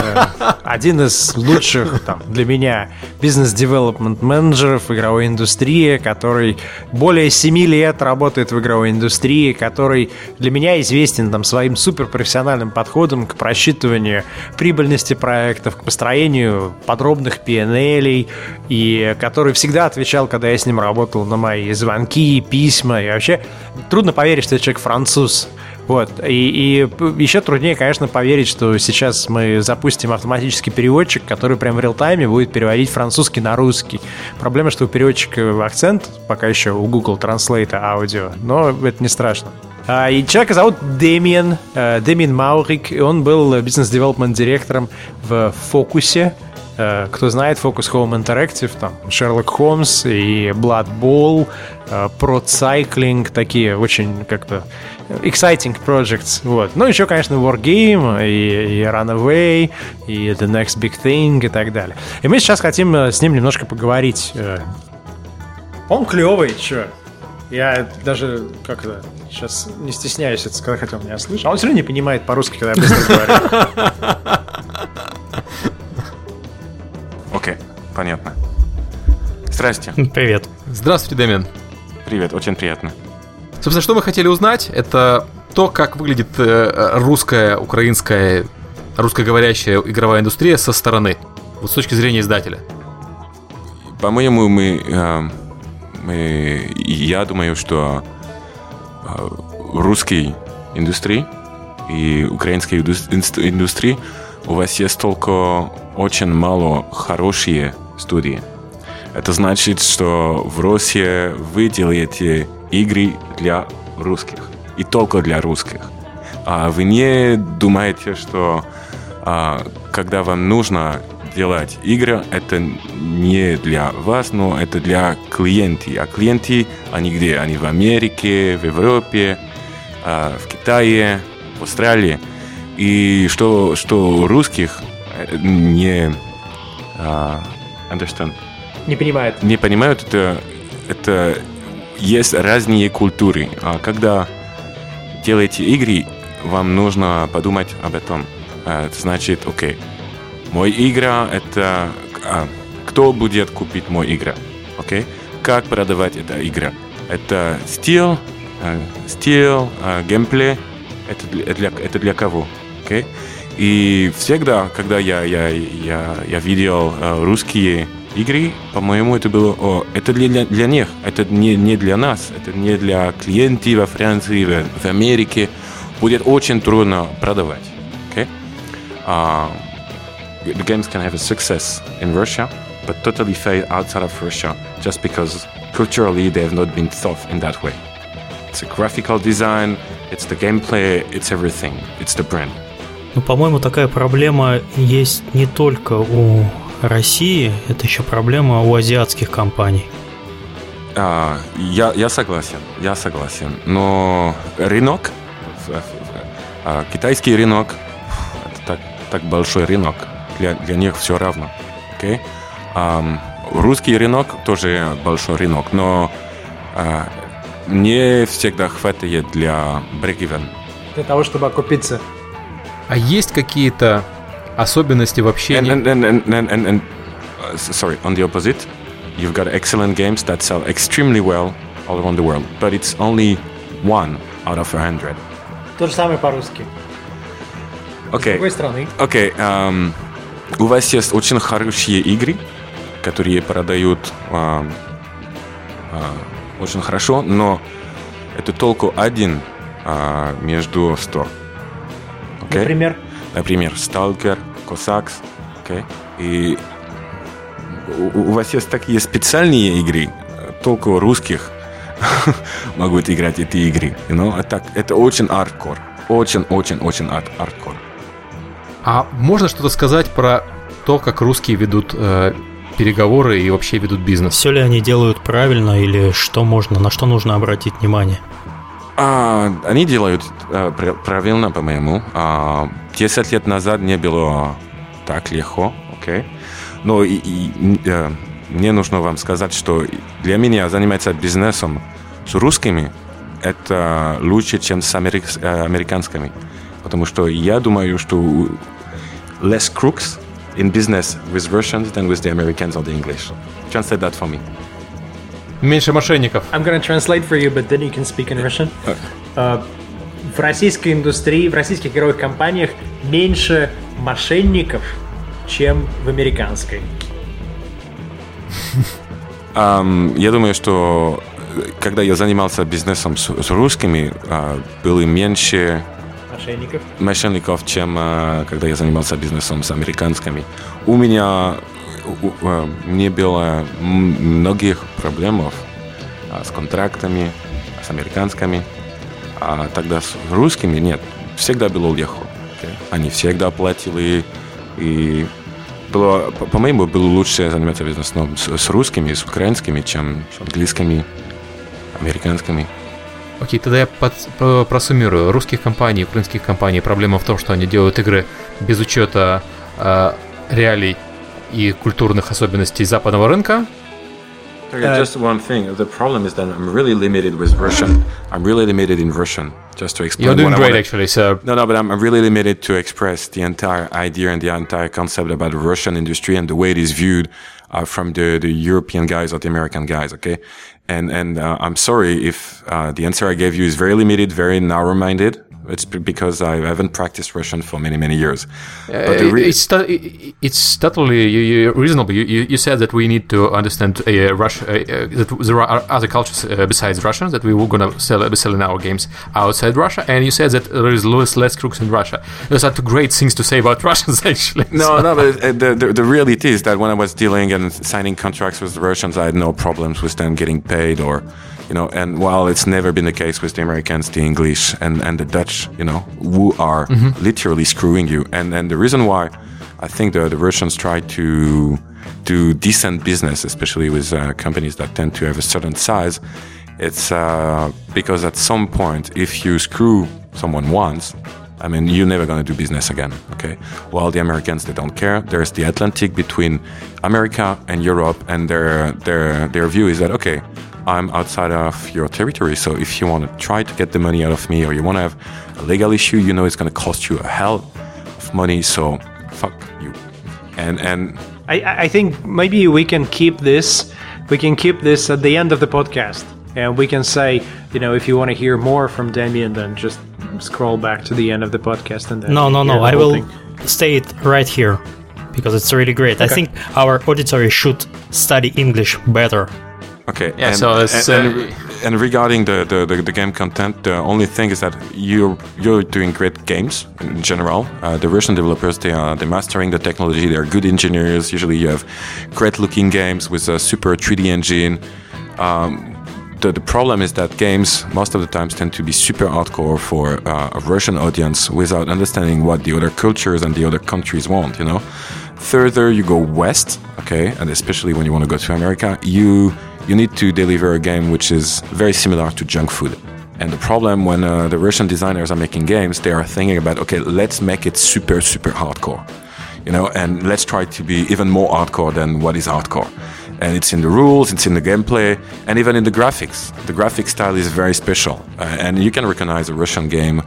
[SPEAKER 3] один из лучших там, для меня бизнес-девелопмент менеджеров игровой индустрии, который более 7 лет работает в игровой индустрии, который для меня известен там, своим суперпрофессиональным подходом к просчитыванию прибыльности проектов, к построению подробных P&L, и который всегда отвечал, когда я с ним работал, на мои звонки, письма. И вообще трудно поверить, что я человек француз. Вот. И еще труднее, конечно, поверить, что сейчас мы запустим автоматический переводчик, который прямо в реал-тайме будет переводить французский на русский. Проблема, что у переводчика акцент, пока еще у Google Translate аудио, но это не страшно. И человека зовут Дэмиан Маурик, и он был бизнес-девелопмент-директором в Фокусе. Кто знает, Focus Home Interactive, там Sherlock Holmes и Blood Bowl, Pro Cycling, такие очень как-то exciting projects. Вот. Ну, еще, конечно, Wargame и Runaway, и The Next Big Thing и так далее. И мы сейчас хотим с ним немножко поговорить. Он клевый, чё? Я даже как-то сейчас не стесняюсь это сказать, хотя он меня слышит. А он все равно не понимает по-русски, когда я быстро говорю.
[SPEAKER 5] Окей, понятно. Здрасте.
[SPEAKER 4] Привет.
[SPEAKER 2] Здравствуйте, Дэмиан.
[SPEAKER 5] Привет, очень приятно.
[SPEAKER 2] Собственно, что мы хотели узнать, это то, как выглядит русская, украинская, русскоговорящая игровая индустрия со стороны, вот с точки зрения издателя.
[SPEAKER 5] По-моему, я думаю, что русской индустрии и украинской индустрии у вас есть только очень мало хорошие студии. Это значит, что в России вы делаете игры для русских. И только для русских. А вы не думаете, что когда вам нужно делать игры, это не для вас, но это для клиентов. А клиенты, они где? Они в Америке, в Европе, в Китае, в Австралии. И что русских не understand.
[SPEAKER 3] Не понимает.
[SPEAKER 5] Не понимают, это есть разные культуры. А когда делаете игры, вам нужно подумать об этом. Это значит, окей, мой игра это кто будет купить мой игра, окей? Как продавать эту игру? Это стиль, геймплей. Это для кого, окей? И всегда, когда я видел русские игры, по-моему, это было это для них, это не для нас, это не для клиентов во Франции, в Америке. Будет очень трудно продавать. Okay? The games can have a success in Russia, but totally fail outside of Russia just because culturally they have not been thought in that way. It's a graphical design, it's the gameplay, it's everything, it's the brand.
[SPEAKER 4] Ну, по-моему, такая проблема есть не только у России, это еще проблема у азиатских компаний.
[SPEAKER 5] Я согласен. Но рынок, китайский рынок, это так большой рынок, для них все равно. Okay? Русский рынок тоже большой рынок, но не всегда хватает для break-even.
[SPEAKER 3] Для того, чтобы окупиться.
[SPEAKER 2] А есть какие-то особенности в общении?
[SPEAKER 5] Sorry, on the opposite, you've got excellent games that sell extremely well all around the world, but it's only one out of 100.
[SPEAKER 3] То же самое по-русски. С другой стороны.
[SPEAKER 5] Окей. У вас есть очень хорошие игры, которые продают очень хорошо, но это только один между 100. Okay? Например, Stalker, Cossacks. Okay? И у вас есть такие специальные игры, только русских могут играть эти игры. You know? Это очень hardcore. Очень hardcore.
[SPEAKER 2] А можно что-то сказать про то, как русские ведут переговоры и вообще ведут бизнес?
[SPEAKER 4] Все ли они делают правильно или на что нужно обратить внимание?
[SPEAKER 5] Они делают правильно, по-моему. 10 лет назад не было так легко, окей? Но мне нужно вам сказать, что для меня заниматься бизнесом с русскими это лучше, чем с американскими. Потому что я думаю, что less crooks in business with Russians than with the Americans or the English. Translate that for me.
[SPEAKER 2] Меньше мошенников.
[SPEAKER 3] I'm going to translate for you, but then you can speak in Russian. В российской индустрии, в российских игровых компаниях меньше мошенников, чем в американской.
[SPEAKER 5] Я думаю, что когда я занимался бизнесом с русскими, было меньше мошенников, чем когда я занимался бизнесом с американскими. У меня не было многих проблем с контрактами, с американскими, а тогда с русскими нет. Всегда было легко. Okay? Они всегда платили, и было, по-моему, было лучше заниматься бизнесом с русскими, с украинскими, чем с английскими, американскими.
[SPEAKER 2] Окей, тогда я просуммирую. Русских компаний, украинских компаний проблема в том, что они делают игры без учета реалий и культурных особенностей западного рынка.
[SPEAKER 5] Just one thing. The problem is that I'm really limited with Russian. I'm really limited in Russian. Just to explain.
[SPEAKER 2] You're doing great, actually. So
[SPEAKER 5] no, but I'm really limited to express the entire idea and the entire concept about the Russian industry and the way it is viewed from the European guys or the American guys. Okay, and I'm sorry if the answer I gave you is very limited, very narrow-minded. It's because I haven't practiced Russian for many years.
[SPEAKER 2] It's totally reasonable. You said that we need to understand Russia, that there are other cultures besides Russian that we were going to be selling our games outside Russia, and you said that there is less crooks in Russia. Those are two great things to say about Russians, actually.
[SPEAKER 5] No, but the reality is that when I was dealing and signing contracts with the Russians, I had no problems with them getting paid or... You know, and while it's never been the case with the Americans, the English, and the Dutch, you know, who are literally screwing you. And the reason why I think the Russians try to do decent business, especially with companies that tend to have a certain size, it's because at some point, if you screw someone once, I mean, you're never going to do business again, okay? While the Americans, they don't care. There's the Atlantic between America and Europe, and their view is that, okay, I'm outside of your territory, so if you want to try to get the money out of me or you want to have a legal issue, you know it's going to cost you a hell of money, so fuck you. And
[SPEAKER 3] I think maybe we can keep this at the end of the podcast, and we can say, you know, if you want to hear more from Damien, then just scroll back to the end of the podcast and then...
[SPEAKER 4] No, I will stay it right here, because it's really great. Okay. I think our auditory should study English better.
[SPEAKER 5] Okay.
[SPEAKER 2] Yeah.
[SPEAKER 5] And regarding the game content, the only thing is that you're doing great games in general. The Russian developers, they're mastering the technology. They're good engineers. Usually, you have great looking games with a super 3D engine. The problem is that games most of the times tend to be super hardcore for a Russian audience without understanding what the other cultures and the other countries want. You know, further you go west, okay, and especially when you want to go to America, you need to deliver a game which is very similar to junk food. And the problem when the Russian designers are making games, they are thinking about, okay, let's make it super, super hardcore, you know, and let's try to be even more hardcore than what is hardcore. And it's in the rules, it's in the gameplay, and even in the graphics. The graphic style is very special. And you can recognize a Russian game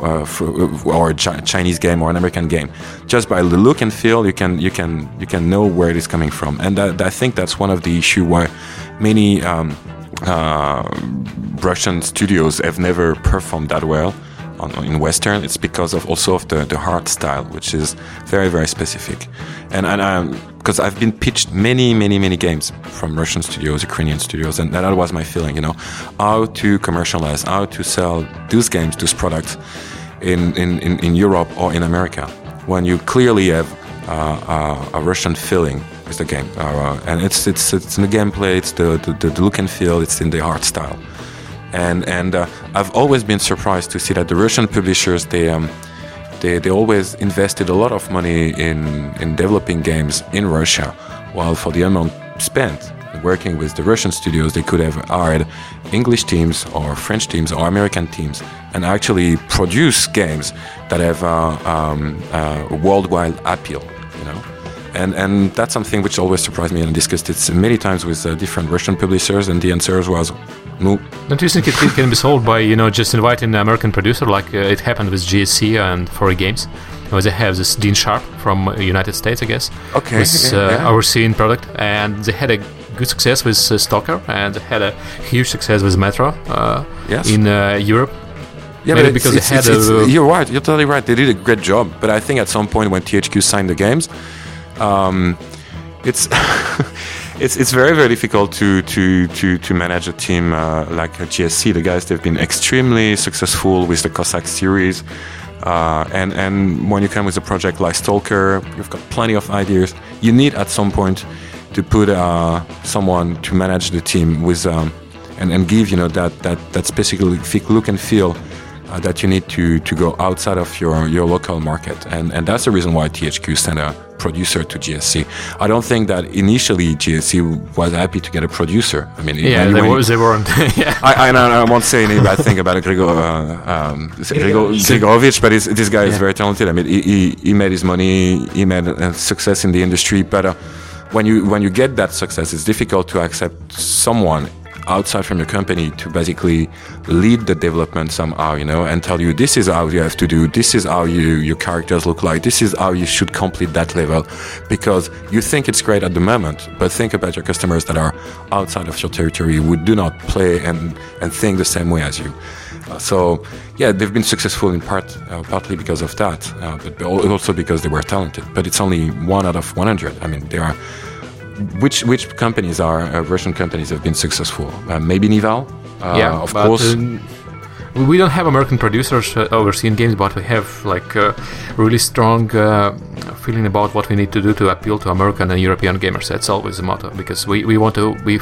[SPEAKER 5] or a Chinese game or an American game. Just by the look and feel, you can know where it is coming from. And I think that's one of the issues why many Russian studios have never performed that well in Western. It's because of also of the art style, which is very, very specific. And because I've been pitched many games from Russian studios, Ukrainian studios, and that was my feeling, how to commercialize, how to sell those games, those products in Europe or in America, when you clearly have a Russian feeling with the game, and it's in the gameplay, it's the look and feel, it's in the art style, and I've always been surprised to see that the Russian publishers they always invested a lot of money in developing games in Russia, while for the amount spent working with the Russian studios, they could have hired English teams or French teams or American teams and actually produce games that have a worldwide appeal, And that's something which always surprised me, and I discussed it many times with different Russian publishers, and the answer was no.
[SPEAKER 2] Don't you think it can be solved by, just inviting an American producer, like it happened with GSC and 4A Games, where they have this Dean Sharp from United States, I guess,
[SPEAKER 5] okay,
[SPEAKER 2] with overseeing product, and they had a good success with Stalker, and they had a huge success with Metro in Europe.
[SPEAKER 5] Yeah, maybe because you're right. You're totally right. They did a great job, but I think at some point when THQ signed the games, it's very, very difficult to manage a team like GSC. The guys, they've been extremely successful with the Cossack series, and when you come with a project like Stalker, you've got plenty of ideas. You need at some point to put someone to manage the team with and give that specific look and feel that you need to go outside of your local market, and that's the reason why THQ sent a producer to GSC. I don't think that initially GSC was happy to get a producer. I mean,
[SPEAKER 2] they weren't. Yeah.
[SPEAKER 5] I won't say any bad thing about Grigorovich, but this guy is very talented. I mean, he made his money, he made success in the industry, but when you get that success, it's difficult to accept someone outside from your company to basically lead the development somehow, and tell you this is how you have to do, this is how your characters look like, this is how you should complete that level, because you think it's great at the moment, but think about your customers that are outside of your territory who do not play and think the same way as you. So they've been successful in partly because of that, but also because they were talented. But it's only 1 out of 100. I mean, there are which companies are Russian companies have been successful? Maybe Nival, of course.
[SPEAKER 2] We don't have American producers overseeing games, but we have like a really strong feeling about what we need to do to appeal to American and European gamers. That's always the motto, because we want to be,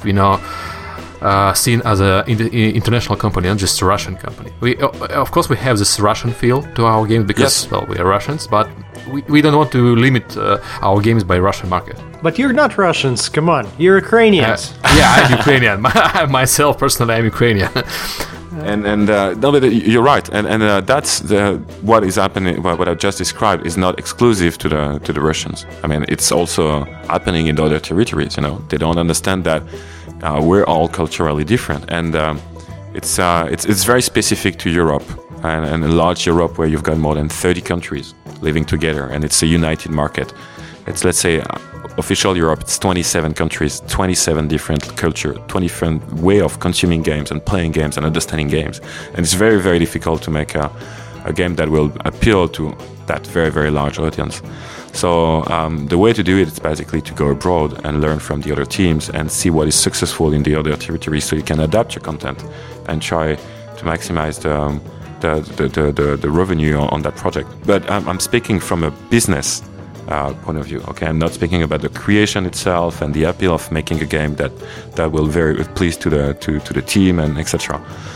[SPEAKER 2] seen as an international company, not just a Russian company. Of course, we have this Russian feel to our games because, we are Russians, but we don't want to limit our games by Russian market.
[SPEAKER 3] But you're not Russians, come on, you're Ukrainians.
[SPEAKER 2] I'm Ukrainian. Myself, personally, I'm Ukrainian.
[SPEAKER 5] But you're right, and that's what is happening. What I just described is not exclusive to the Russians. I mean, it's also happening in other territories. They don't understand that we're all culturally different, and it's very specific to Europe and a large Europe where you've got more than 30 countries living together, and it's a united market. It's, let's say, official Europe, it's 27 countries, 27 different culture, 20 different way of consuming games and playing games and understanding games. And it's very, very difficult to make a game that will appeal to that very, very large audience. So the way to do it is basically to go abroad and learn from the other teams and see what is successful in the other territories, so you can adapt your content and try to maximize the revenue on that project. But I'm speaking from a business point of view. Okay, I'm not speaking about the creation itself and the appeal of making a game that will very please to the team and etc.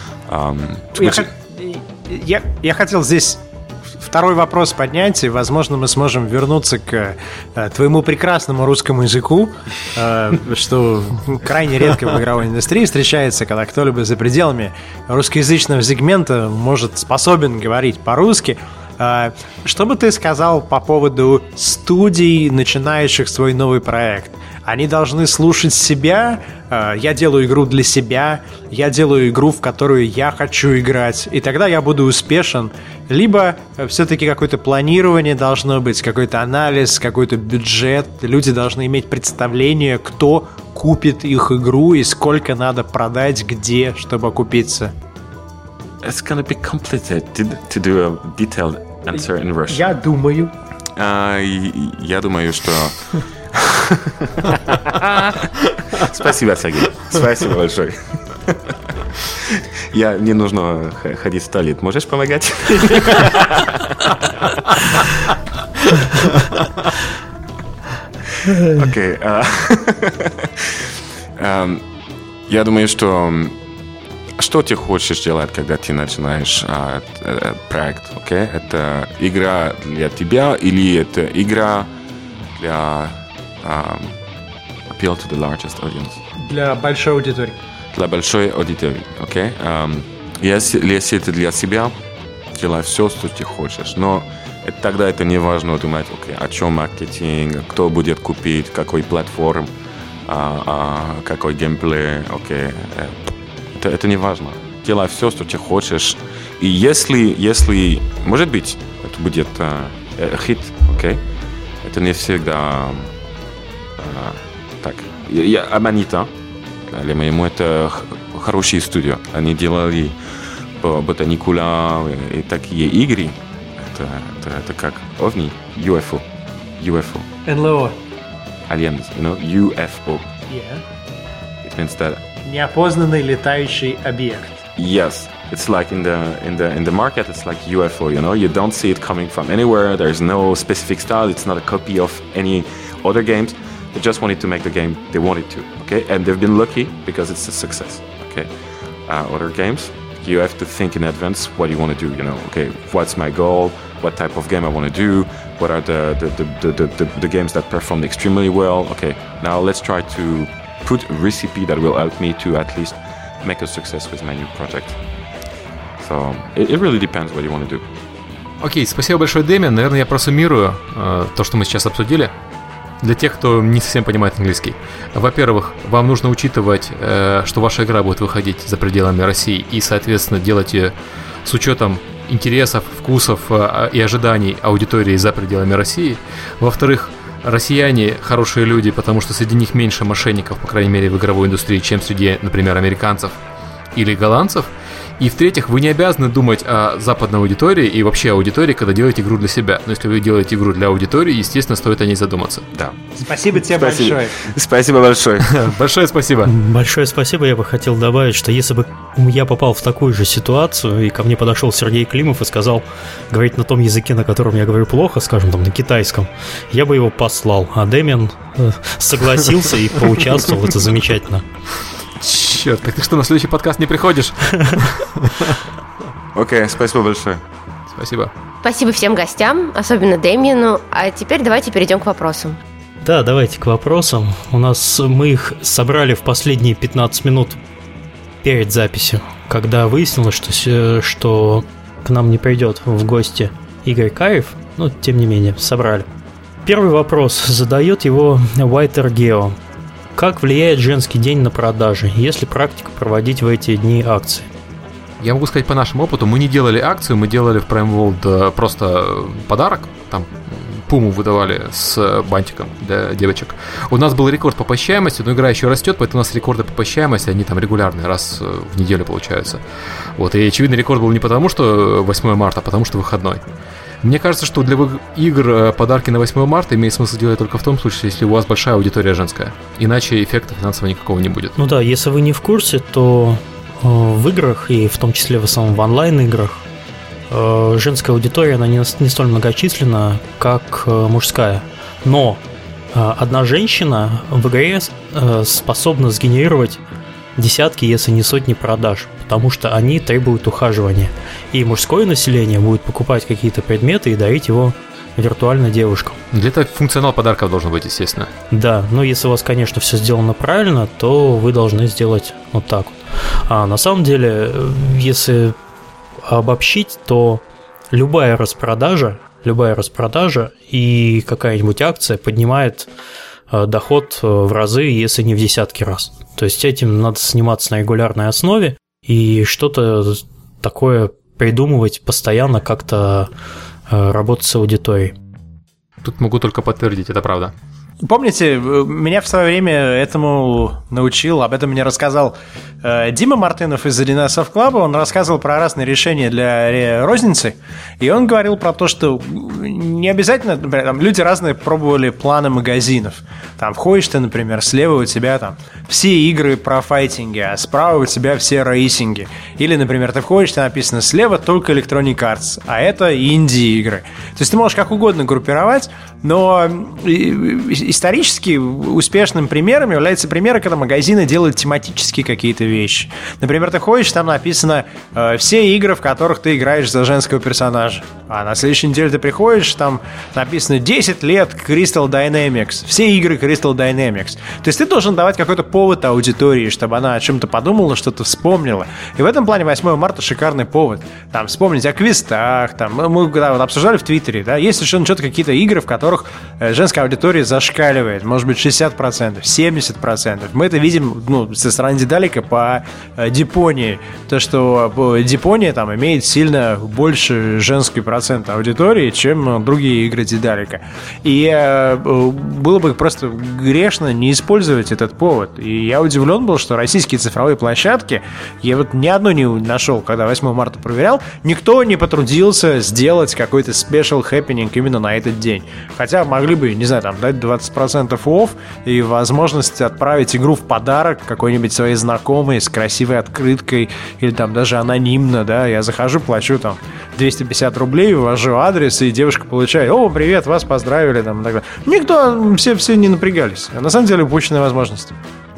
[SPEAKER 3] Я хотел здесь второй вопрос поднять, и, возможно, мы сможем вернуться к твоему прекрасному русскому языку, что крайне редко в игровой индустрии встречается, когда кто-либо за пределами русскоязычного сегмента способен говорить по-русски. Что бы ты сказал по поводу студий, начинающих свой новый проект? Они должны слушать себя, я делаю игру для себя, я делаю игру, в которую я хочу играть, и тогда я буду успешен. Либо все-таки какое-то планирование должно быть, какой-то анализ, какой-то бюджет. Люди должны иметь представление, кто купит их игру и сколько надо продать, где, чтобы окупиться?
[SPEAKER 5] It's gonna be complicated to do a detailed answer in Russian.
[SPEAKER 3] Я думаю.
[SPEAKER 5] Я думаю, что... Спасибо, Сергей. Спасибо большое. Мне нужно ходить в туалет. Можешь помогать? Окей. Я думаю, что ты хочешь делать, когда ты начинаешь проект, окей? Это игра для тебя или это игра для appeal to the largest audience?
[SPEAKER 3] Для большой аудитории.
[SPEAKER 5] Для большой аудитории, окей? Если это для себя, делай все, что ты хочешь, но тогда это не важно думать, окей, о чем маркетинг, кто будет купить, какой платформ, какой геймплей, окей. Это не важно. Делай все, что ты хочешь. И если может быть, это будет хит, окей? Это не всегда так. Аманита, для моему это хорошие студии. Они делали Botanicula и такие игры. Это как OVNI, UFO.
[SPEAKER 3] НЛО.
[SPEAKER 5] Aliens, UFO.
[SPEAKER 3] Yeah.
[SPEAKER 5] It means that
[SPEAKER 3] Неопознанный летающий объект.
[SPEAKER 5] yes, it's like in the market, it's like UFO. You don't see it coming from anywhere. There's no specific style. It's not a copy of any other games. They just wanted to make the game they wanted to. Okay, and they've been lucky because it's a success. Okay, other games, you have to think in advance what you want to do. Okay, what's my goal? What type of game I want to do? What are the games that performed extremely well? Okay, now let's try to put a recipe that will help me to at least make a success with my new project. So it really depends what you want to do.
[SPEAKER 2] Окей, спасибо большое, Дэмиан. Наверное, я просуммирую то, что мы сейчас обсудили. Для тех, кто не совсем понимает английский. Во-первых, вам нужно учитывать, что ваша игра будет выходить за пределами России и, соответственно, делать ее с учетом интересов, вкусов и ожиданий аудитории за пределами России. Во-вторых, россияне хорошие люди, потому что среди них меньше мошенников, по крайней мере, в игровой индустрии, чем среди, например, американцев или голландцев. И в-третьих, вы не обязаны думать о западной аудитории и вообще аудитории, когда делаете игру для себя. Но если вы делаете игру для аудитории, естественно, стоит о ней задуматься.
[SPEAKER 5] Да.
[SPEAKER 3] Спасибо тебе большое.
[SPEAKER 5] Спасибо большое.
[SPEAKER 2] Большое спасибо.
[SPEAKER 4] Большое спасибо. Я бы хотел добавить, что если бы я попал в такую же ситуацию, и ко мне подошел Сергей Климов и сказал говорить на том языке, на котором я говорю плохо, скажем, там, на китайском, я бы его послал. А Дэмиан согласился и поучаствовал. Это замечательно.
[SPEAKER 2] Черт, так ты что, на следующий подкаст не приходишь?
[SPEAKER 5] Окей, спасибо большое.
[SPEAKER 2] Спасибо.
[SPEAKER 1] Спасибо всем гостям, особенно Дэмиану. А теперь давайте перейдем к вопросам.
[SPEAKER 4] Да, давайте к вопросам. Мы их собрали в последние 15 минут перед записью, когда выяснилось, что к нам не придет в гости Игорь Карев, но тем не менее собрали. Первый вопрос задает его Whiter Geo. Как влияет женский день на продажи, если практика проводить в эти дни акции?
[SPEAKER 2] Я могу сказать по нашему опыту, мы не делали акцию, мы делали в Prime World просто подарок, там пуму выдавали с бантиком для девочек. У нас был рекорд по посещаемости, но игра еще растет, поэтому у нас рекорды по посещаемости, они там регулярные, раз в неделю получаются. Вот, и очевидно рекорд был не потому, что 8 марта, а потому, что выходной. Мне кажется, что для игр подарки на 8 марта имеет смысл делать только в том случае, если у вас большая аудитория женская. Иначе эффекта финансового никакого не будет.
[SPEAKER 4] Ну да, если вы не в курсе, то в играх, и в том числе в основном в онлайн-играх, женская аудитория, она не столь многочисленна, как мужская. Но одна женщина в игре способна сгенерировать десятки, если не сотни продаж, потому что они требуют ухаживания. И мужское население будет покупать какие-то предметы и дарить его виртуально девушкам.
[SPEAKER 2] Для этого функционал подарков должен быть, естественно.
[SPEAKER 4] Да, но если у вас, конечно, все сделано правильно, то вы должны сделать вот так вот. А на самом деле, если обобщить, то любая распродажа и какая-нибудь акция поднимает доход в разы, если не в десятки раз. То есть этим надо заниматься на регулярной основе и что-то такое придумывать постоянно, как-то работать с аудиторией.
[SPEAKER 2] Тут могу только подтвердить, это правда.
[SPEAKER 3] Помните, меня в свое время этому научил, об этом мне рассказал Дима Мартынов из 1С Soft Club. Он рассказывал про разные решения для розницы, и он говорил про то, что не обязательно, например, там, люди разные пробовали планы магазинов. Там входишь ты, например, слева у тебя там все игры про файтинги, а справа у тебя все рейсинги. Или, например, ты входишь, там написано слева только Electronic Arts, а это инди-игры. То есть ты можешь как угодно группировать, но исторически успешным примером являются примеры, когда магазины делают тематические какие-то вещи. Например, ты ходишь, там написано все игры, в которых ты играешь за женского персонажа. А на следующей неделе ты приходишь, там написано 10 лет Crystal Dynamics. Все игры Crystal Dynamics. То есть ты должен давать какой-то повод аудитории, чтобы она о чем-то подумала, что-то вспомнила. И в этом плане 8 марта шикарный повод. Там вспомнить о квестах. Там, мы когда вот обсуждали в Твиттере, да, есть совершенно четко какие-то игры, в которых женская аудитория зашкаливает. Может быть, 60%, 70%. Мы это видим со стороны Дедалика по Дипонии. То, что Дипония там имеет сильно больше женский процент аудитории, чем другие игры Дедалика. И было бы просто грешно не использовать этот повод. И я удивлен был, что российские цифровые площадки, я вот ни одной не нашел, когда 8 марта проверял, никто не потрудился сделать какой-то special happening именно на этот день. Хотя могли бы, не знаю, там дать 20% off и возможность отправить игру в подарок какой-нибудь своей знакомой с красивой открыткой или там даже анонимно, да, я захожу, плачу там 250 рублей, ввожу адрес, и девушка получает: о, привет, вас поздравили, там, и так далее. Никто, все не напрягались. На самом деле упущенная возможность.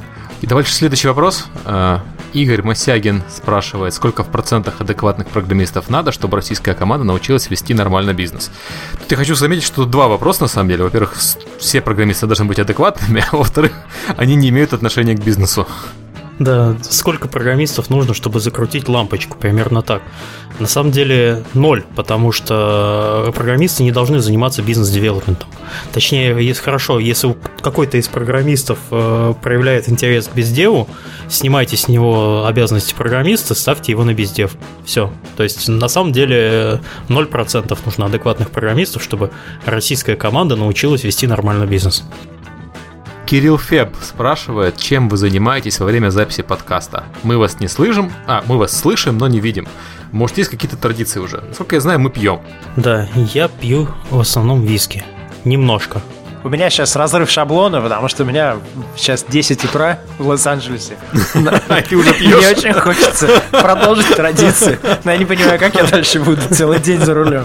[SPEAKER 2] И дальше следующий вопрос. Игорь Мосягин спрашивает, сколько в процентах адекватных программистов надо, чтобы российская команда научилась вести нормально бизнес. Тут я хочу заметить, что тут два вопроса на самом деле. Во-первых, все программисты должны быть адекватными, а во-вторых, они не имеют отношения к бизнесу.
[SPEAKER 4] Да, сколько программистов нужно, чтобы закрутить лампочку? Примерно так. На самом деле 0, потому что программисты не должны заниматься бизнес-девелопментом. Точнее, если какой-то из программистов проявляет интерес к бездеву, снимайте с него обязанности программиста, ставьте его на бездев. Все. То есть, на самом деле, 0% нужно адекватных программистов, чтобы российская команда научилась вести нормальный бизнес.
[SPEAKER 2] Кирилл Феб спрашивает, чем вы занимаетесь во время записи подкаста. Мы вас не слышим, мы вас слышим, но не видим. Может, есть какие-то традиции уже? Насколько я знаю, мы пьем.
[SPEAKER 4] Да, я пью в основном виски. Немножко.
[SPEAKER 3] У меня сейчас разрыв шаблона, потому что у меня сейчас 10 утра в Лос-Анджелесе.
[SPEAKER 2] А ты уже пьешь?
[SPEAKER 3] Мне очень хочется продолжить традиции, но я не понимаю, как я дальше буду целый день за рулем.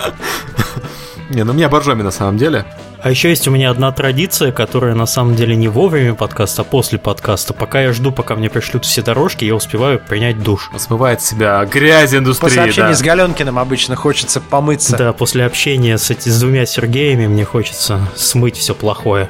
[SPEAKER 2] Не, у меня боржоми на самом деле.
[SPEAKER 4] А еще есть у меня одна традиция, которая на самом деле не во время подкаста, а после подкаста. Пока я жду, пока мне пришлют все дорожки, я успеваю принять душ.
[SPEAKER 2] Смывает с себя грязь индустрии.
[SPEAKER 3] После общения с Галенкиным обычно хочется помыться.
[SPEAKER 4] Да, после общения с двумя Сергеями мне хочется смыть все плохое.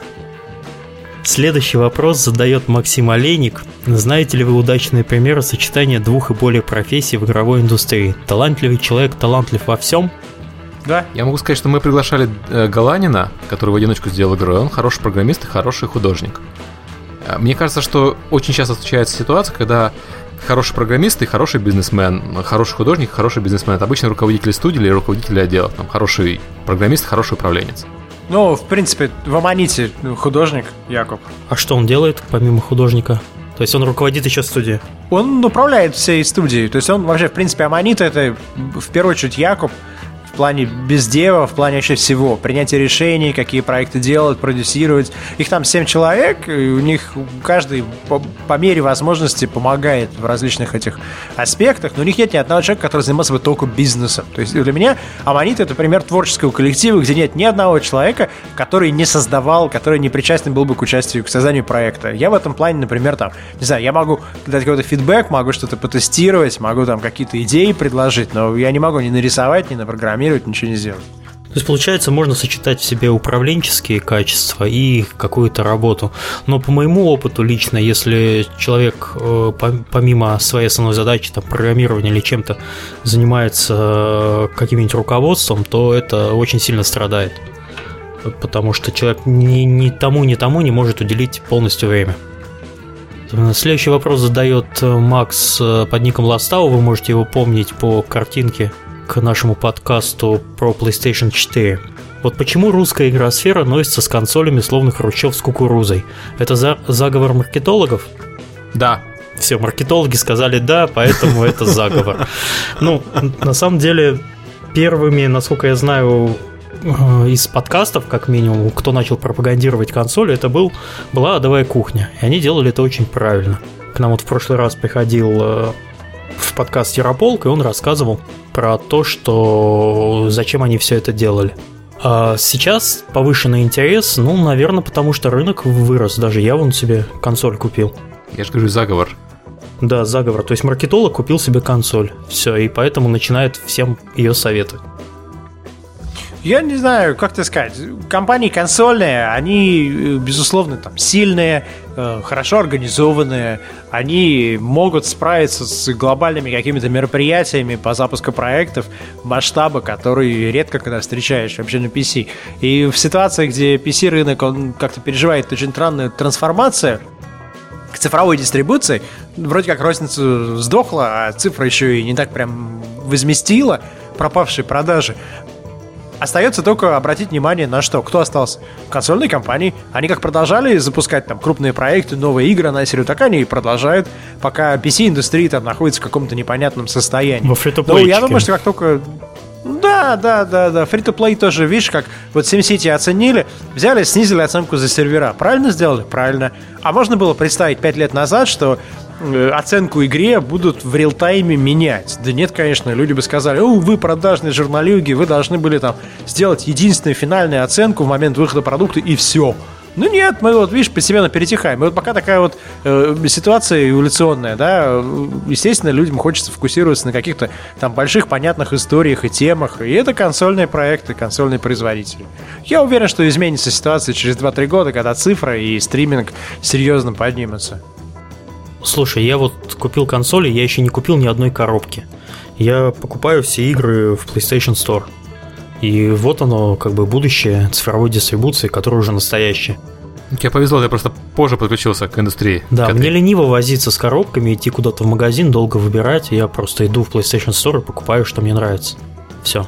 [SPEAKER 4] Следующий вопрос задает Максим Олейник. Знаете ли вы удачные примеры сочетания двух и более профессий в игровой индустрии? Талантливый человек талантлив во всем?
[SPEAKER 3] Да.
[SPEAKER 2] Я могу сказать, что мы приглашали Галанина, который в одиночку сделал игру. Он хороший программист и хороший художник. Мне кажется, что очень часто случается ситуация, когда хороший программист и хороший бизнесмен, хороший художник и хороший бизнесмен. Это обычно руководители студии или руководители отделов. Там хороший программист, хороший управленец.
[SPEAKER 3] Ну, в принципе, в Аманите художник Якуб.
[SPEAKER 4] А что он делает помимо художника? То есть он руководит еще студией?
[SPEAKER 3] Он управляет всей студией. То есть он вообще, в принципе, Аманит — это в первую очередь Якуб. В плане бездева, в плане вообще всего. Принятие решений, какие проекты делать, продюсировать. Их там 7 человек, и у них каждый по мере возможности помогает в различных этих аспектах, но у них нет ни одного человека, который занимался бы только бизнесом. То есть для меня Аманит — это пример творческого коллектива, где нет ни одного человека, который не создавал, который не причастен был бы к участию, к созданию проекта. Я в этом плане, например, там, не знаю, я могу дать какой-то фидбэк, могу что-то потестировать, могу там какие-то идеи предложить, но я не могу ни нарисовать, ни напрограммировать, ничего не сделать.
[SPEAKER 4] То есть, получается, можно сочетать в себе управленческие качества и какую-то работу. Но по моему опыту лично, если человек помимо своей основной задачи, там, программирования или чем-то, занимается каким-нибудь руководством, то это очень сильно страдает. Потому что человек ни тому не может уделить полностью время. Следующий вопрос задает Макс под ником Ластау. Вы можете его помнить по картинке к нашему подкасту про PlayStation 4. Вот почему русская игросфера носится с консолями словно Хрущев с кукурузой? Это заговор маркетологов?
[SPEAKER 2] Да.
[SPEAKER 4] Все, маркетологи сказали да, поэтому это заговор. Ну, на самом деле, первыми, насколько я знаю, из подкастов, как минимум, кто начал пропагандировать консоли, это была «Адовая кухня». И они делали это очень правильно. К нам вот в прошлый раз приходил в подкаст Ярополк, и он рассказывал про то, что зачем они все это делали. А сейчас повышенный интерес, ну, наверное, потому что рынок вырос. Даже я вон себе консоль купил.
[SPEAKER 2] Я же говорю, заговор.
[SPEAKER 4] Да, заговор. То есть маркетолог купил себе консоль. Все, и поэтому начинает всем ее советовать.
[SPEAKER 3] Я не знаю, как это сказать. Компании консольные, они, безусловно, там сильные, хорошо организованные. Они могут справиться с глобальными какими-то мероприятиями по запуску проектов масштаба, которые редко когда встречаешь вообще на PC. И в ситуации, где PC-рынок, он как-то переживает очень странную трансформацию к цифровой дистрибуции, вроде как розница сдохла, а цифра еще и не так прям возместила пропавшие продажи. Остается только обратить внимание на что? Кто остался? Консольные компании. Они как продолжали запускать там крупные проекты, новые игры на серию, так они и продолжают, пока PC-индустрия там находится в каком-то непонятном состоянии.
[SPEAKER 4] Во фри-то-плейчике.
[SPEAKER 3] Ну, я думаю, что как только... Да. Фри-то-плей тоже, видишь, как вот SimCity оценили, взяли, снизили оценку за сервера. Правильно сделали? Правильно. А можно было представить 5 лет назад, что оценку игре будут в реал-тайме менять? Да нет, конечно, люди бы сказали: вы продажные журналюги, вы должны были там сделать единственную финальную оценку в момент выхода продукта, и все. Ну нет, мы вот, видишь, постепенно перетихаем. И вот пока такая вот ситуация эволюционная, да, естественно, людям хочется фокусироваться на каких-то там больших понятных историях и темах. И это консольные проекты, консольные производители. Я уверен, что изменится ситуация через 2-3 года, когда цифра и стриминг серьезно поднимутся.
[SPEAKER 4] Слушай, я вот купил консоли, я еще не купил ни одной коробки. Я покупаю все игры в PlayStation Store. И вот оно, как бы, будущее цифровой дистрибуции, которое уже настоящее.
[SPEAKER 2] Тебе повезло, я просто позже подключился к индустрии.
[SPEAKER 4] Да, мне лениво возиться с коробками, идти куда-то в магазин, долго выбирать. Я просто иду в PlayStation Store и покупаю, что мне нравится. Все.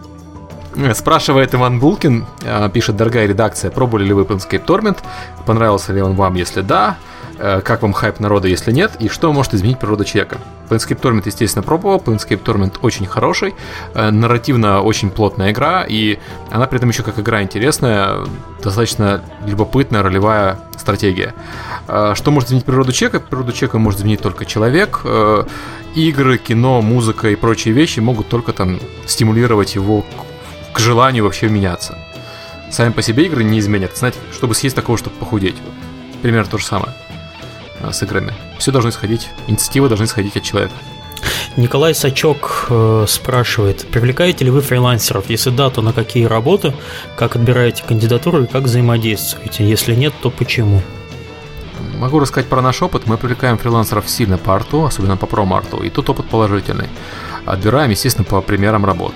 [SPEAKER 2] Спрашивает Иван Булкин, пишет: дорогая редакция, пробовали ли вы Planescape Torment? Понравился ли он вам, если да? Как вам хайп народа, если нет? И что может изменить природу человека? Planescape Torment, естественно, пробовал. Planescape Torment очень хороший, нарративно очень плотная игра, и она при этом еще как игра интересная, достаточно любопытная ролевая стратегия. Что может изменить природу человека? Природу человека может изменить только человек. Игры, кино, музыка и прочие вещи могут только там стимулировать его к желанию вообще меняться. Сами по себе игры не изменят. Знаете, чтобы съесть такого, чтобы похудеть. Примерно то же самое с играми. Все должно исходить, инициативы должны исходить от человека.
[SPEAKER 4] Николай Сачок спрашивает: привлекаете ли вы фрилансеров? Если да, то на какие работы? Как отбираете кандидатуру и как взаимодействуете? Если нет, то почему?
[SPEAKER 2] Могу рассказать про наш опыт. Мы привлекаем фрилансеров сильно по арту, особенно по промо-арту, и тут опыт положительный. Отбираем, естественно, по примерам работ.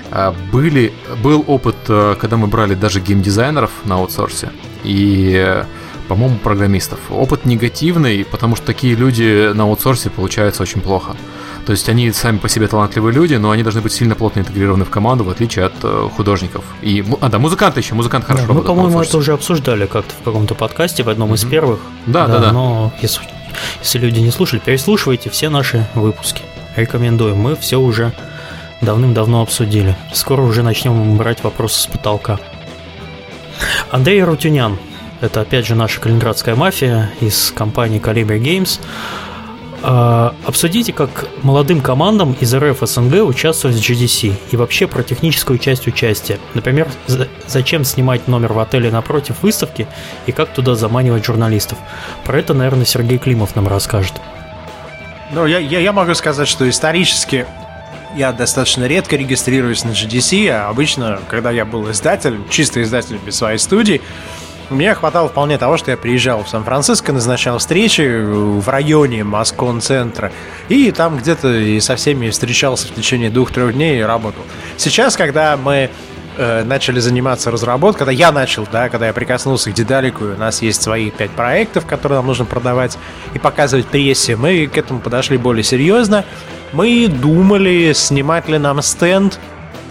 [SPEAKER 2] Был опыт, когда мы брали даже геймдизайнеров на аутсорсе и, по-моему, программистов. Опыт негативный, потому что такие люди на аутсорсе получаются очень плохо. То есть они сами по себе талантливые люди, но они должны быть сильно плотно интегрированы в команду, в отличие от художников. И, музыканты еще, музыкант хорошо работает.
[SPEAKER 4] Мы, по-моему, это уже обсуждали как-то в каком-то подкасте, в одном из первых.
[SPEAKER 2] Да.
[SPEAKER 4] Но если люди не слушали, переслушивайте все наши выпуски. Рекомендуем. Мы все уже давным-давно обсудили. Скоро уже начнем брать вопросы с потолка. Андрей Рутюнян. Это опять же наша калининградская мафия из компании Colibri Games. Обсудите, как молодым командам из РФ СНГ участвовать в GDC и вообще про техническую часть участия. Например, зачем снимать номер в отеле напротив выставки и как туда заманивать журналистов. Про это, наверное, Сергей Климов нам расскажет.
[SPEAKER 3] Ну, я могу сказать, что исторически я достаточно редко регистрируюсь на GDC, а обычно, когда я был издателем, чисто издателем без своей студии, мне хватало вполне того, что я приезжал в Сан-Франциско, назначал встречи в районе Москон-центра, и там где-то и со всеми встречался в течение 2-3 дней и работал. Сейчас, когда мы начали заниматься разработкой, когда я прикоснулся к Дедалику, у нас есть свои 5 проектов, которые нам нужно продавать и показывать прессе, мы к этому подошли более серьезно. Мы думали, снимать ли нам стенд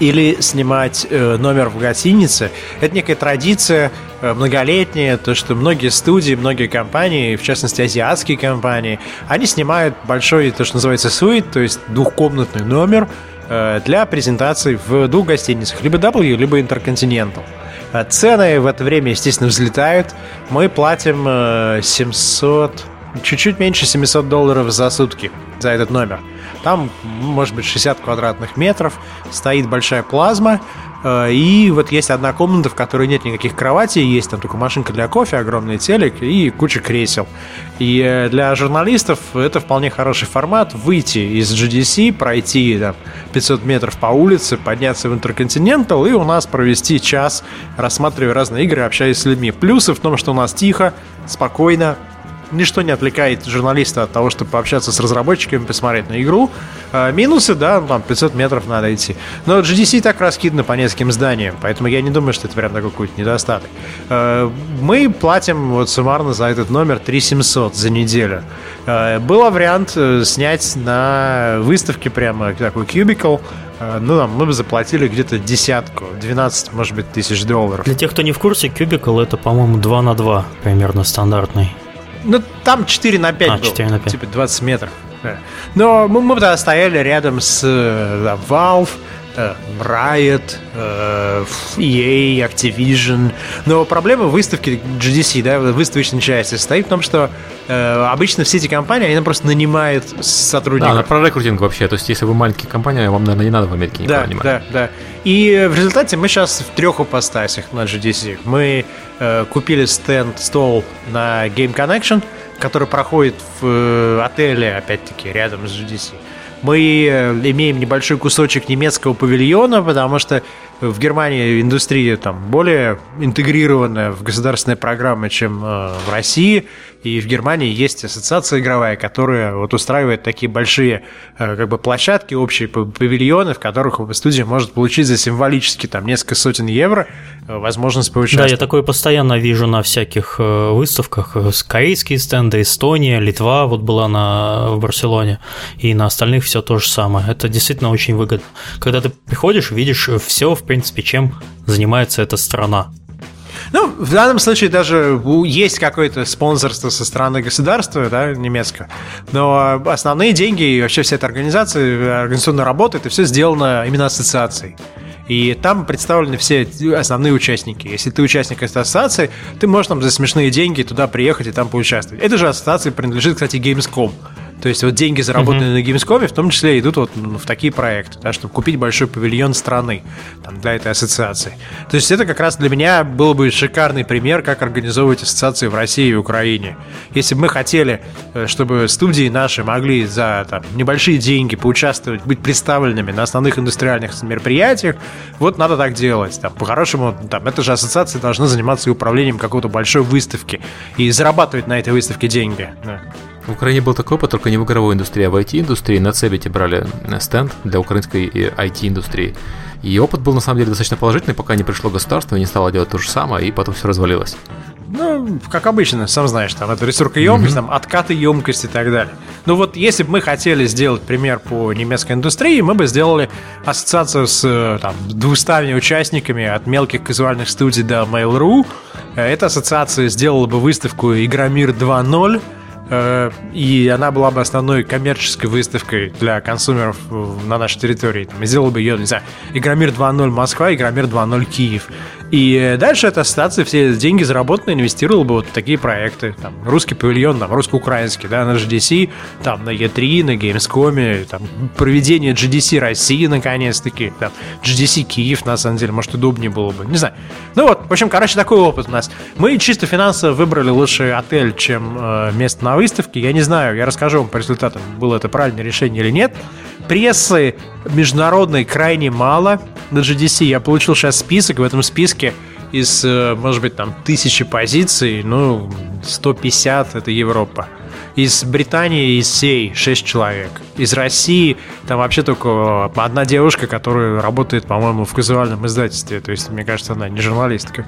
[SPEAKER 3] или снимать номер в гостинице. Это некая традиция многолетняя, то, что многие студии, многие компании, в частности азиатские компании, они снимают большой, то, что называется суит, то есть двухкомнатный номер для презентаций в двух гостиницах, либо W, либо Intercontinental. Цены в это время, естественно, взлетают. Мы платим 700, чуть-чуть меньше $700 за сутки за этот номер. Там, может быть, 60 квадратных метров, стоит большая плазма, и вот есть одна комната, в которой нет никаких кроватей, есть там только машинка для кофе, огромный телек и куча кресел. И для журналистов это вполне хороший формат: выйти из GDC, пройти там 500 метров по улице, подняться в Intercontinental и у нас провести час, рассматривая разные игры, общаясь с людьми. Плюсы в том, что у нас тихо, спокойно, ничто не отвлекает журналиста от того, чтобы пообщаться с разработчиками, посмотреть на игру. Минусы, да, там 500 метров надо идти. Но GDC так раскидано по нескольким зданиям, поэтому я не думаю, что это прям такой какой-то недостаток. Мы платим вот суммарно за этот номер 3700 за неделю. Был вариант снять на выставке прямо такой cubicle. Ну, там, мы бы заплатили где-то 10-12, может быть, $1000.
[SPEAKER 4] Для тех, кто не в курсе, cubicle — это, по-моему, 2x2 примерно стандартный.
[SPEAKER 3] Ну, там 4x5 был,
[SPEAKER 4] 4x5.
[SPEAKER 3] типа 20 метров. Да. Но мы тогда стояли рядом с Valve, Riot, EA, Activision. Но проблема выставки GDC, да, выставочной части, состоит в том, что обычно все эти компании, они просто нанимают сотрудников.
[SPEAKER 2] Да, на прорекрутинг вообще. То есть, если вы маленькая компания, вам, наверное, не надо в Америке никого нанимать.
[SPEAKER 3] Да. И в результате мы сейчас в 3 ипостасях на GDC. Мы купили стол на Game Connection, который проходит в отеле, опять-таки, рядом с GDC. Мы имеем небольшой кусочек немецкого павильона, потому что в Германии индустрия там более интегрированная в государственные программы, чем в России. И в Германии есть ассоциация игровая, которая вот устраивает такие большие как бы площадки, общие павильоны, в которых студия может получить за символически там несколько сотен евро возможность поучаствовать.
[SPEAKER 4] Да, я такое постоянно вижу на всяких выставках. Корейские стенды, Эстония, Литва вот была в Барселоне, и на остальных все то же самое. Это действительно очень выгодно. Когда ты приходишь, видишь все, в принципе, чем занимается эта страна.
[SPEAKER 3] Ну, в данном случае даже есть какое-то спонсорство со стороны государства, да, немецкого, но основные деньги и вообще вся эта организационная работа, это все сделано именно ассоциацией. И там представлены все основные участники. Если ты участник этой ассоциации, ты можешь там за смешные деньги туда приехать и там поучаствовать. Эта же ассоциация принадлежит, кстати, Gamescom. То есть вот деньги, заработанные на Gamescom, в том числе идут вот в такие проекты, да, чтобы купить большой павильон страны там, для этой ассоциации. То есть это как раз для меня был бы шикарный пример, как организовывать ассоциации в России и Украине. Если бы мы хотели, чтобы студии наши могли за там, небольшие деньги поучаствовать, быть представленными на основных индустриальных мероприятиях, вот надо так делать. Там, по-хорошему, там, эта же ассоциация должна заниматься и управлением какой-то большой выставки и зарабатывать на этой выставке деньги. Да.
[SPEAKER 2] В Украине был такой опыт, только не в игровой индустрии, а в IT-индустрии. На Цебите брали стенд для украинской IT-индустрии. И опыт был, на самом деле, достаточно положительный, пока не пришло государство и не стало делать то же самое, и потом все развалилось.
[SPEAKER 3] Ну, как обычно, сам знаешь, там это ресурсоемкость, там откаты емкости и так далее. Ну вот, если бы мы хотели сделать пример по немецкой индустрии, мы бы сделали ассоциацию с там, 200 участниками от мелких казуальных студий до Mail.ru. Эта ассоциация сделала бы выставку «Игромир 2.0», и она была бы основной коммерческой выставкой для консумеров на нашей территории. Там, и сделала бы ее, не знаю, Игромир 2.0 Москва, Игромир 2.0 Киев. И дальше эта ассоциация все деньги заработанные инвестировала бы вот в такие проекты. Там, русский павильон, там, русско-украинский, да, на GDC, там, на E3, на Gamescom, там, проведение GDC России, наконец-таки, там, GDC Киев, на самом деле, может, удобнее было бы, не знаю. Ну вот, в общем, короче, такой опыт у нас. Мы чисто финансово выбрали лучший отель, чем место на выставке. Я не знаю, я расскажу вам по результатам, было это правильное решение или нет. Прессы международной крайне мало на GDC. Я получил сейчас список, в этом списке из, может быть, там 1000 позиций, ну, 150 это Европа. Из Британии, из сей 6 человек. Из России там вообще только одна девушка, которая работает, по-моему, в казуальном издательстве. То есть, мне кажется, она не журналистка.